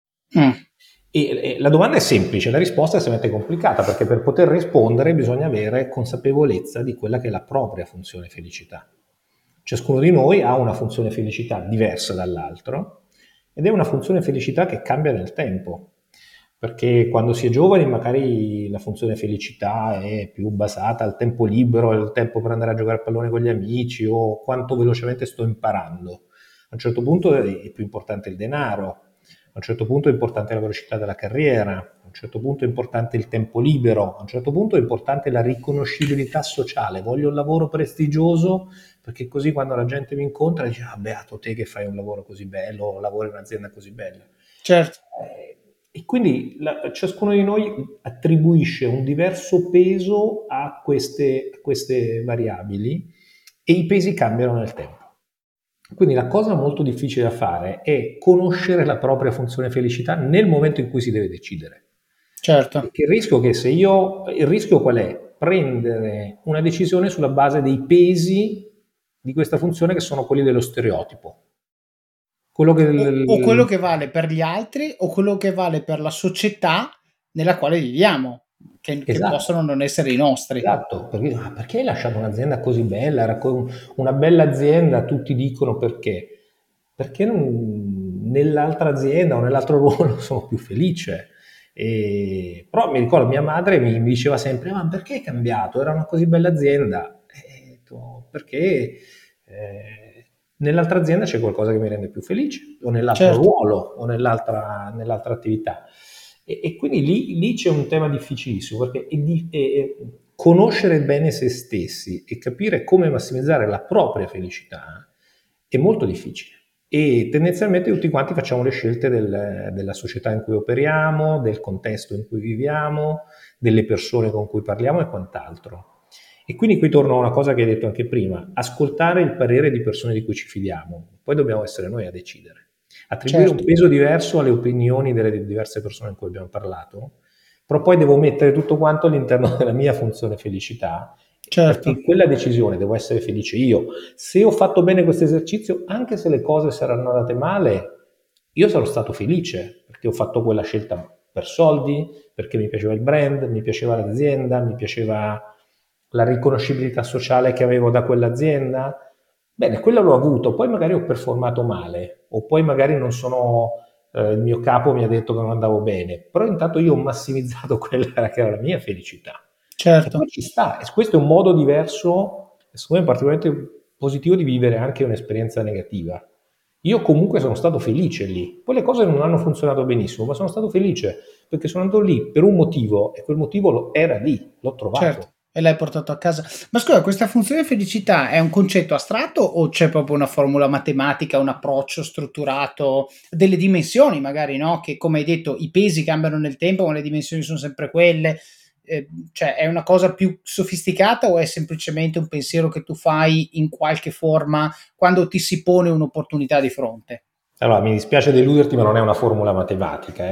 E la domanda è semplice, la risposta è estremamente complicata, perché per poter rispondere bisogna avere consapevolezza di quella che è la propria funzione felicità. Ciascuno di noi ha una funzione felicità diversa dall'altro ed è una funzione felicità che cambia nel tempo. Perché quando si è giovani magari la funzione felicità è più basata al tempo libero, al tempo per andare a giocare a pallone con gli amici o quanto velocemente sto imparando. A un certo punto è più importante il denaro, a un certo punto è importante la velocità della carriera, a un certo punto è importante il tempo libero, a un certo punto è importante la riconoscibilità sociale. Voglio un lavoro prestigioso perché così quando la gente mi incontra dice: ah, beato te che fai un lavoro così bello o lavori in un'azienda così bella. Certo. E quindi ciascuno di noi attribuisce un diverso peso a queste variabili e i pesi cambiano nel tempo. Quindi la cosa molto difficile da fare è conoscere la propria funzione felicità nel momento in cui si deve decidere. Certo. Perché il rischio qual è? Prendere una decisione sulla base dei pesi di questa funzione che sono quelli dello stereotipo. O quello che vale per gli altri o quello che vale per la società nella quale viviamo. che Esatto. possono non essere i nostri. Esatto, perché hai lasciato un'azienda così bella, era una bella azienda, tutti dicono perché nell'altra azienda o nell'altro ruolo sono più felice. Però mi ricordo mia madre mi diceva sempre, ma perché hai cambiato? Era una così bella azienda. E ho detto, perché nell'altra azienda c'è qualcosa che mi rende più felice, o nell'altro Certo. ruolo, o nell'altra attività. E quindi lì c'è un tema difficilissimo, perché conoscere bene se stessi e capire come massimizzare la propria felicità è molto difficile. E tendenzialmente tutti quanti facciamo le scelte della società in cui operiamo, del contesto in cui viviamo, delle persone con cui parliamo e quant'altro. E quindi qui torno a una cosa che hai detto anche prima, ascoltare il parere di persone di cui ci fidiamo, poi dobbiamo essere noi a decidere. Attribuire un Certo. peso diverso alle opinioni delle diverse persone con cui abbiamo parlato, però poi devo mettere tutto quanto all'interno della mia funzione felicità, perché in Certo. quella decisione devo essere felice io. Se ho fatto bene questo esercizio, anche se le cose saranno andate male, io sarò stato felice, perché ho fatto quella scelta per soldi, perché mi piaceva il brand, mi piaceva l'azienda, mi piaceva la riconoscibilità sociale che avevo da quell'azienda. Bene, quello l'ho avuto, poi magari ho performato male, o poi magari non sono, il mio capo mi ha detto che non andavo bene, però intanto io ho massimizzato quella che era la mia felicità. E poi Certo. ci sta, e questo è un modo diverso, secondo me particolarmente positivo, di vivere anche un'esperienza negativa. Io comunque sono stato felice lì, poi le cose non hanno funzionato benissimo, ma sono stato felice perché sono andato lì per un motivo e quel motivo era lì, l'ho Certo, trovato. e l'hai portato a casa. Ma scusa, questa funzione felicità è un concetto astratto o c'è proprio una formula matematica, un approccio strutturato, delle dimensioni magari, no? Che come hai detto i pesi cambiano nel tempo, ma le dimensioni sono sempre quelle. Cioè è una cosa più sofisticata o è semplicemente un pensiero che tu fai in qualche forma quando ti si pone un'opportunità di fronte? Allora, mi dispiace deluderti, ma non è una formula matematica,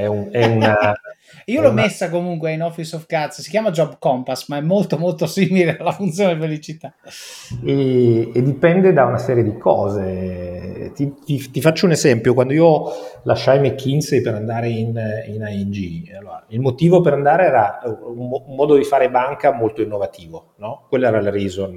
Io è l'ho una. messa comunque in Office of Cards, si chiama Job Compass, ma è molto molto simile alla funzione felicità. E dipende da una serie di cose. Ti faccio un esempio: quando io lasciai McKinsey per andare in ING, allora, il motivo per andare era un modo di fare banca molto innovativo, no? Quella era la reason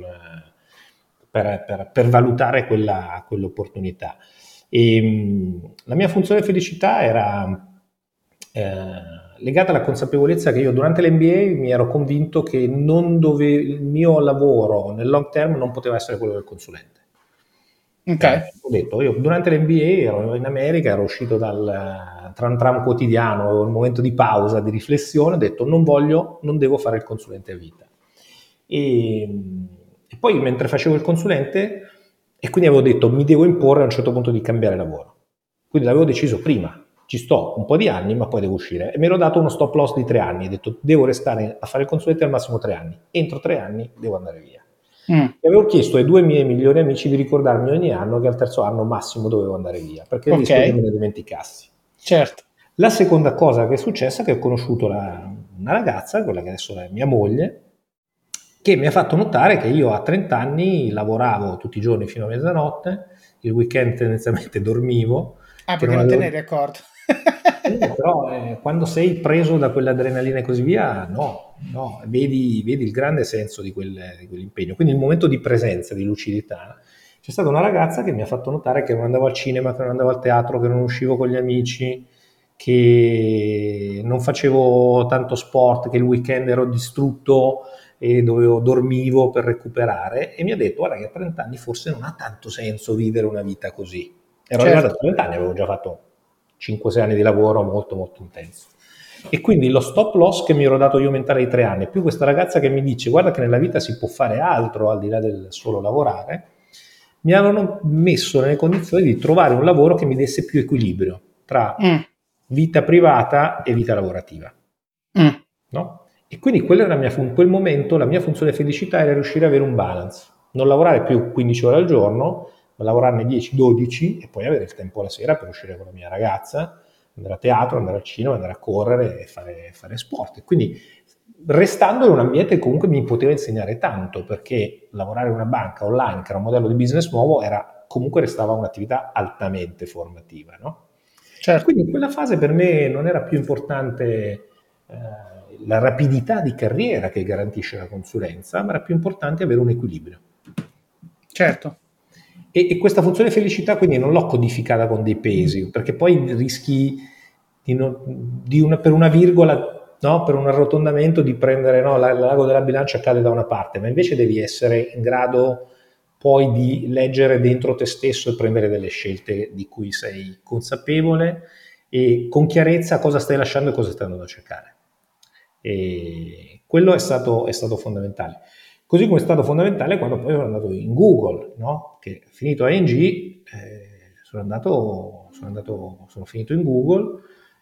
per valutare quell'opportunità. La mia funzione felicità era legata alla consapevolezza che io durante l'MBA mi ero convinto che il mio lavoro nel long term non poteva essere quello del consulente. Ok, Ho detto, io durante l'MBA ero in America, ero uscito dal tram tram quotidiano, avevo un momento di pausa, di riflessione, ho detto non devo fare il consulente a vita. E poi mentre facevo il consulente, e quindi avevo detto mi devo imporre a un certo punto di cambiare lavoro. Quindi l'avevo deciso prima, ci sto un po' di anni, ma poi devo uscire. E mi ero dato uno stop loss di 3 anni, ho detto devo restare a fare il consulente al massimo 3 anni. Entro 3 anni devo andare via. E avevo chiesto ai 2 miei migliori amici di ricordarmi ogni anno che al terzo anno massimo dovevo andare via, perché il ok, rischio che me ne dimenticassi. certo. La seconda cosa che è successa è che ho conosciuto una ragazza, quella che adesso è mia moglie, che mi ha fatto notare che io a 30 anni lavoravo tutti i giorni fino a mezzanotte, il weekend tendenzialmente dormivo, Ah, che perché non non te avevo. ne eri accorto. No, però quando sei preso da quell'adrenalina e così via, no, vedi il grande senso di quell'impegno. Quindi il momento di presenza, di lucidità, c'è stata una ragazza che mi ha fatto notare che non andavo al cinema, che non andavo al teatro, che non uscivo con gli amici, che non facevo tanto sport, che il weekend ero distrutto e dormivo per recuperare, e mi ha detto guarda che a 30 anni forse non ha tanto senso vivere una vita così. Ero arrivato a Certo, 30 anni, avevo già fatto 5-6 anni di lavoro molto molto intenso. E quindi lo stop loss che mi ero dato io mentale ai 3 anni, più questa ragazza che mi dice guarda che nella vita si può fare altro al di là del solo lavorare, mi avevano messo nelle condizioni di trovare un lavoro che mi desse più equilibrio tra mm, vita privata e vita lavorativa. mm, No? E quindi quella era in quel momento la mia funzione felicità era riuscire ad avere un balance, non lavorare più 15 ore al giorno, ma lavorarne 10-12 e poi avere il tempo la sera per uscire con la mia ragazza, andare a teatro, andare al cinema, andare a correre e fare sport. E quindi restando in un ambiente che comunque mi poteva insegnare tanto, perché lavorare in una banca online, che era un modello di business nuovo, comunque restava un'attività altamente formativa, no? E certo. quindi in quella fase per me non era più importante la rapidità di carriera che garantisce la consulenza, ma era più importante avere un equilibrio. Certo. E questa funzione felicità quindi non l'ho codificata con dei pesi, perché poi rischi per una virgola, no, per un arrotondamento, di prendere, no, l'ago della bilancia cade da una parte, ma invece devi essere in grado poi di leggere dentro te stesso e prendere delle scelte di cui sei consapevole e con chiarezza cosa stai lasciando e cosa stai andando a cercare. E quello è stato fondamentale. Così come è stato fondamentale quando poi sono andato in Google, no? Che finito ING sono finito in Google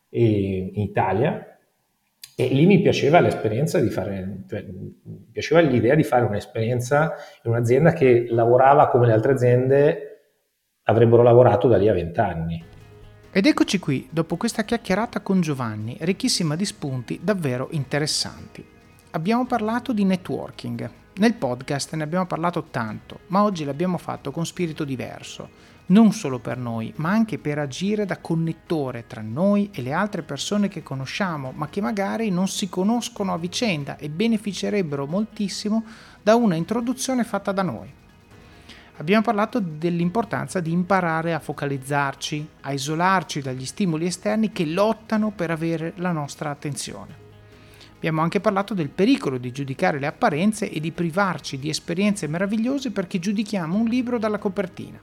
in Italia, e lì mi piaceva l'esperienza di fare, mi piaceva l'idea di fare un'esperienza in un'azienda che lavorava come le altre aziende avrebbero lavorato da lì a 20 anni. Ed eccoci qui, dopo questa chiacchierata con Giovanni, ricchissima di spunti davvero interessanti. Abbiamo parlato di networking. Nel podcast ne abbiamo parlato tanto, ma oggi l'abbiamo fatto con spirito diverso, non solo per noi, ma anche per agire da connettore tra noi e le altre persone che conosciamo, ma che magari non si conoscono a vicenda e beneficerebbero moltissimo da una introduzione fatta da noi. Abbiamo parlato dell'importanza di imparare a focalizzarci, a isolarci dagli stimoli esterni che lottano per avere la nostra attenzione. Abbiamo anche parlato del pericolo di giudicare le apparenze e di privarci di esperienze meravigliose perché giudichiamo un libro dalla copertina.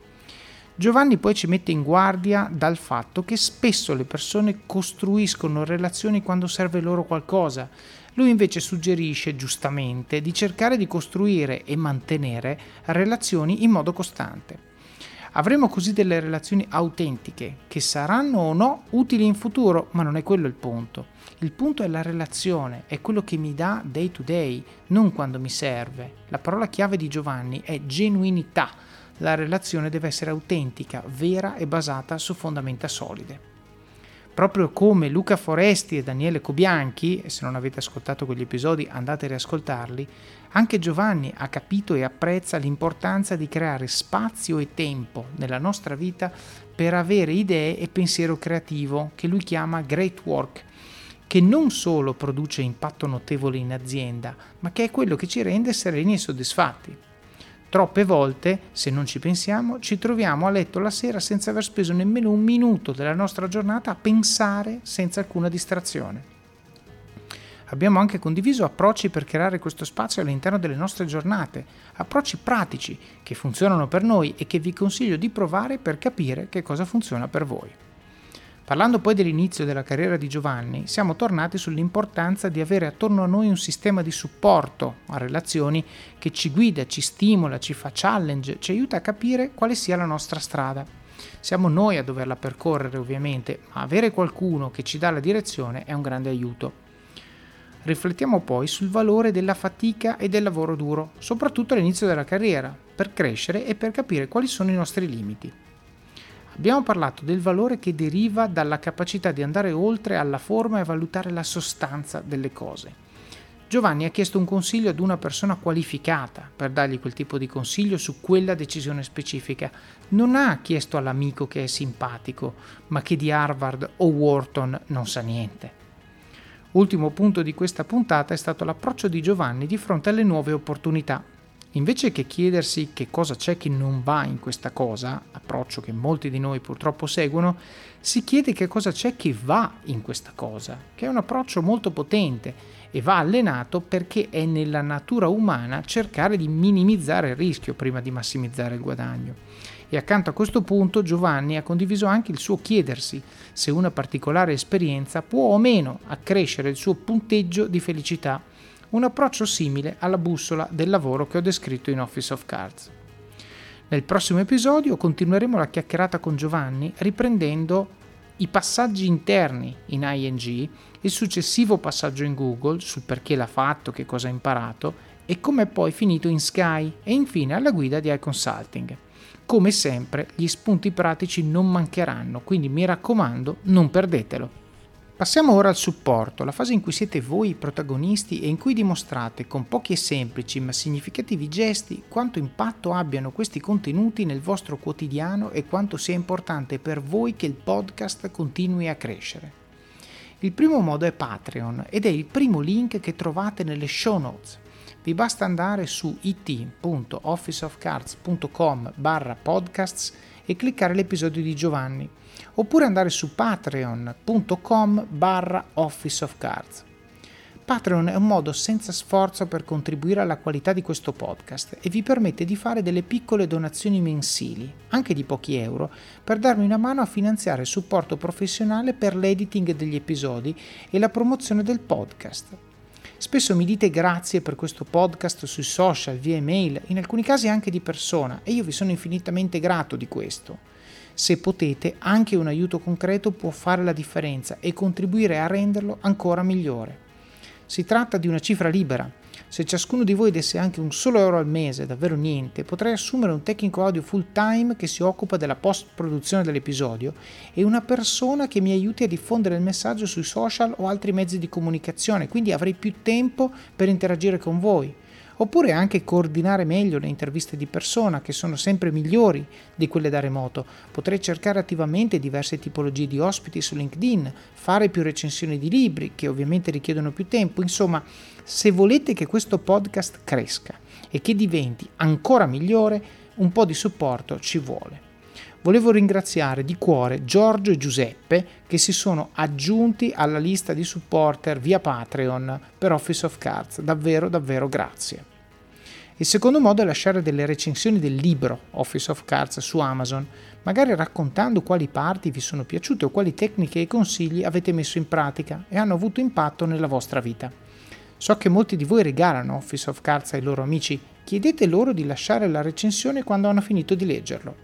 Giovanni poi ci mette in guardia dal fatto che spesso le persone costruiscono relazioni quando serve loro qualcosa. Lui invece suggerisce, giustamente, di cercare di costruire e mantenere relazioni in modo costante. Avremo così delle relazioni autentiche, che saranno o no utili in futuro, ma non è quello il punto. Il punto è la relazione, è quello che mi dà day to day, non quando mi serve. La parola chiave di Giovanni è genuinità. La relazione deve essere autentica, vera e basata su fondamenta solide. Proprio come Luca Foresti e Daniele Cobianchi, e se non avete ascoltato quegli episodi andate a riascoltarli, anche Giovanni ha capito e apprezza l'importanza di creare spazio e tempo nella nostra vita per avere idee e pensiero creativo, che lui chiama great work, che non solo produce impatto notevole in azienda, ma che è quello che ci rende sereni e soddisfatti. Troppe volte, se non ci pensiamo, ci troviamo a letto la sera senza aver speso nemmeno un minuto della nostra giornata a pensare senza alcuna distrazione. Abbiamo anche condiviso approcci per creare questo spazio all'interno delle nostre giornate, approcci pratici che funzionano per noi e che vi consiglio di provare per capire che cosa funziona per voi. Parlando poi dell'inizio della carriera di Giovanni, siamo tornati sull'importanza di avere attorno a noi un sistema di supporto a relazioni che ci guida, ci stimola, ci fa challenge, ci aiuta a capire quale sia la nostra strada. Siamo noi a doverla percorrere ovviamente, ma avere qualcuno che ci dà la direzione è un grande aiuto. Riflettiamo poi sul valore della fatica e del lavoro duro, soprattutto all'inizio della carriera, per crescere e per capire quali sono i nostri limiti. Abbiamo parlato del valore che deriva dalla capacità di andare oltre alla forma e valutare la sostanza delle cose. Giovanni ha chiesto un consiglio ad una persona qualificata per dargli quel tipo di consiglio su quella decisione specifica. Non ha chiesto all'amico che è simpatico, ma che di Harvard o Wharton non sa niente. Ultimo punto di questa puntata è stato l'approccio di Giovanni di fronte alle nuove opportunità. Invece che chiedersi che cosa c'è che non va in questa cosa, approccio che molti di noi purtroppo seguono, si chiede che cosa c'è che va in questa cosa, che è un approccio molto potente e va allenato perché è nella natura umana cercare di minimizzare il rischio prima di massimizzare il guadagno. E accanto a questo punto Giovanni ha condiviso anche il suo chiedersi se una particolare esperienza può o meno accrescere il suo punteggio di felicità, un approccio simile alla bussola del lavoro che ho descritto in Office of Cards. Nel prossimo episodio continueremo la chiacchierata con Giovanni riprendendo i passaggi interni in ING, il successivo passaggio in Google sul perché l'ha fatto, che cosa ha imparato e come è poi finito in Sky e infine alla guida di iConsulting. Come sempre gli spunti pratici non mancheranno, quindi mi raccomando non perdetelo. Passiamo ora al supporto, la fase in cui siete voi i protagonisti e in cui dimostrate con pochi e semplici ma significativi gesti quanto impatto abbiano questi contenuti nel vostro quotidiano e quanto sia importante per voi che il podcast continui a crescere. Il primo modo è Patreon ed è il primo link che trovate nelle show notes. Vi basta andare su it.officeofcards.com/podcasts e cliccare l'episodio di Giovanni, oppure andare su patreon.com/officeofcards. Patreon è un modo senza sforzo per contribuire alla qualità di questo podcast e vi permette di fare delle piccole donazioni mensili, anche di pochi euro, per darmi una mano a finanziare il supporto professionale per l'editing degli episodi e la promozione del podcast. Spesso mi dite grazie per questo podcast sui social, via email, in alcuni casi anche di persona, e io vi sono infinitamente grato di questo. Se potete, anche un aiuto concreto può fare la differenza e contribuire a renderlo ancora migliore. Si tratta di una cifra libera. Se ciascuno di voi desse anche un solo euro al mese, davvero niente, potrei assumere un tecnico audio full time che si occupa della post-produzione dell'episodio e una persona che mi aiuti a diffondere il messaggio sui social o altri mezzi di comunicazione, quindi avrei più tempo per interagire con voi. Oppure anche coordinare meglio le interviste di persona, che sono sempre migliori di quelle da remoto. Potrei cercare attivamente diverse tipologie di ospiti su LinkedIn, fare più recensioni di libri, che ovviamente richiedono più tempo. Insomma, se volete che questo podcast cresca e che diventi ancora migliore, un po' di supporto ci vuole. Volevo ringraziare di cuore Giorgio e Giuseppe che si sono aggiunti alla lista di supporter via Patreon per Office of Cards. Davvero, davvero grazie. Il secondo modo è lasciare delle recensioni del libro Office of Cards su Amazon, magari raccontando quali parti vi sono piaciute o quali tecniche e consigli avete messo in pratica e hanno avuto impatto nella vostra vita. So che molti di voi regalano Office of Cards ai loro amici, chiedete loro di lasciare la recensione quando hanno finito di leggerlo.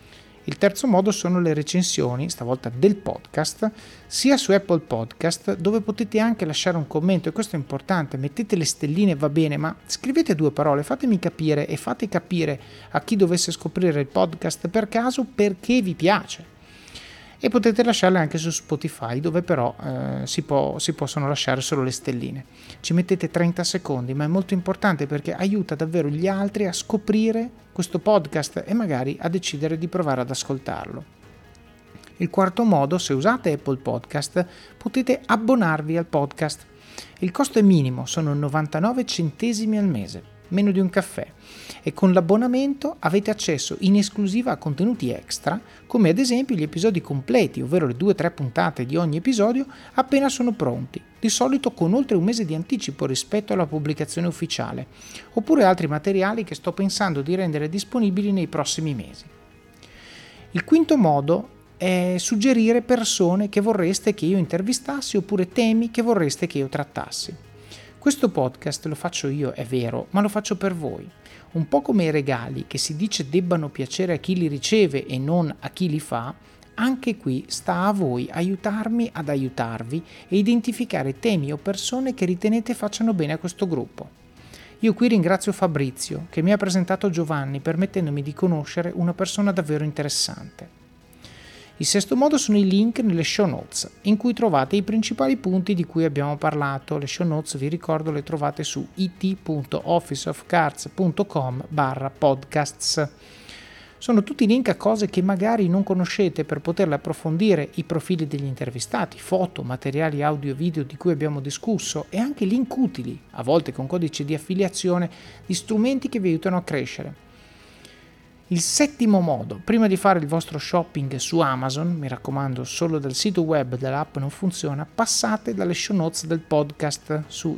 Il terzo modo sono le recensioni, stavolta del podcast, sia su Apple Podcast, dove potete anche lasciare un commento, e questo è importante, mettete le stelline, va bene, ma scrivete 2 parole, fatemi capire e fate capire a chi dovesse scoprire il podcast per caso perché vi piace. E potete lasciarle anche su Spotify, dove però si possono lasciare solo le stelline. Ci mettete 30 secondi, ma è molto importante perché aiuta davvero gli altri a scoprire questo podcast e magari a decidere di provare ad ascoltarlo. Il quarto modo, se usate Apple Podcast, potete abbonarvi al podcast. Il costo è minimo, sono 99 centesimi al mese, meno di un caffè, e con l'abbonamento avete accesso in esclusiva a contenuti extra, come ad esempio gli episodi completi, ovvero le 2-3 puntate di ogni episodio appena sono pronti, di solito con oltre un mese di anticipo rispetto alla pubblicazione ufficiale, oppure altri materiali che sto pensando di rendere disponibili nei prossimi mesi. Il quinto modo è suggerire persone che vorreste che io intervistassi oppure temi che vorreste che io trattassi. Questo podcast lo faccio io, è vero, ma lo faccio per voi. Un po' come i regali che si dice debbano piacere a chi li riceve e non a chi li fa, anche qui sta a voi aiutarmi ad aiutarvi e identificare temi o persone che ritenete facciano bene a questo gruppo. Io qui ringrazio Fabrizio che mi ha presentato Giovanni permettendomi di conoscere una persona davvero interessante. Il sesto modo sono i link nelle show notes, in cui trovate i principali punti di cui abbiamo parlato. Le show notes, vi ricordo, le trovate su it.officeofcards.com/podcasts. Sono tutti link a cose che magari non conoscete per poterle approfondire, i profili degli intervistati, foto, materiali audio e video di cui abbiamo discusso e anche link utili, a volte con codice di affiliazione, di strumenti che vi aiutano a crescere. Il settimo modo, prima di fare il vostro shopping su Amazon, mi raccomando solo dal sito web dell'app non funziona, passate dalle show notes del podcast su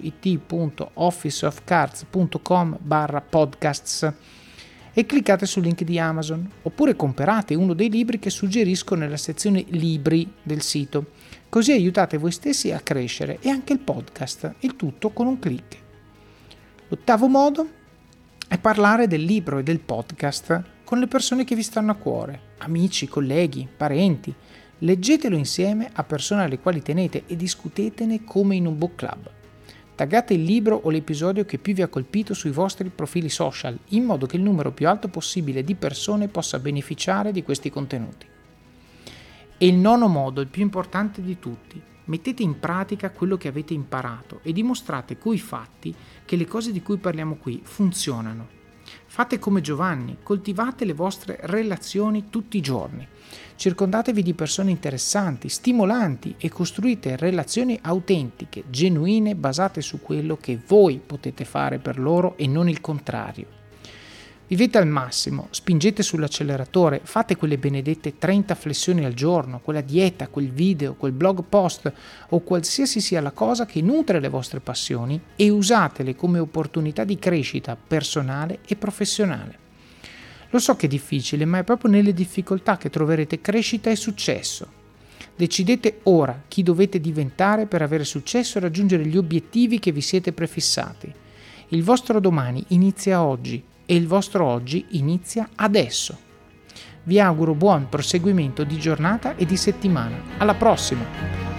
it.officeofcards.com/podcasts e cliccate sul link di Amazon, oppure comprate uno dei libri che suggerisco nella sezione libri del sito, così aiutate voi stessi a crescere e anche il podcast, il tutto con un click. L'ottavo modo è parlare del libro e del podcast con le persone che vi stanno a cuore, amici, colleghi, parenti. Leggetelo insieme a persone alle quali tenete e discutetene come in un book club. Taggate il libro o l'episodio che più vi ha colpito sui vostri profili social, in modo che il numero più alto possibile di persone possa beneficiare di questi contenuti. E il nono modo, il più importante di tutti, mettete in pratica quello che avete imparato e dimostrate coi fatti che le cose di cui parliamo qui funzionano. Fate come Giovanni, coltivate le vostre relazioni tutti i giorni. Circondatevi di persone interessanti, stimolanti e costruite relazioni autentiche, genuine, basate su quello che voi potete fare per loro e non il contrario. Vivete al massimo, spingete sull'acceleratore, fate quelle benedette 30 flessioni al giorno, quella dieta, quel video, quel blog post o qualsiasi sia la cosa che nutre le vostre passioni e usatele come opportunità di crescita personale e professionale. Lo so che è difficile, ma è proprio nelle difficoltà che troverete crescita e successo. Decidete ora chi dovete diventare per avere successo e raggiungere gli obiettivi che vi siete prefissati. Il vostro domani inizia oggi e il vostro oggi inizia adesso. Vi auguro buon proseguimento di giornata e di settimana. Alla prossima!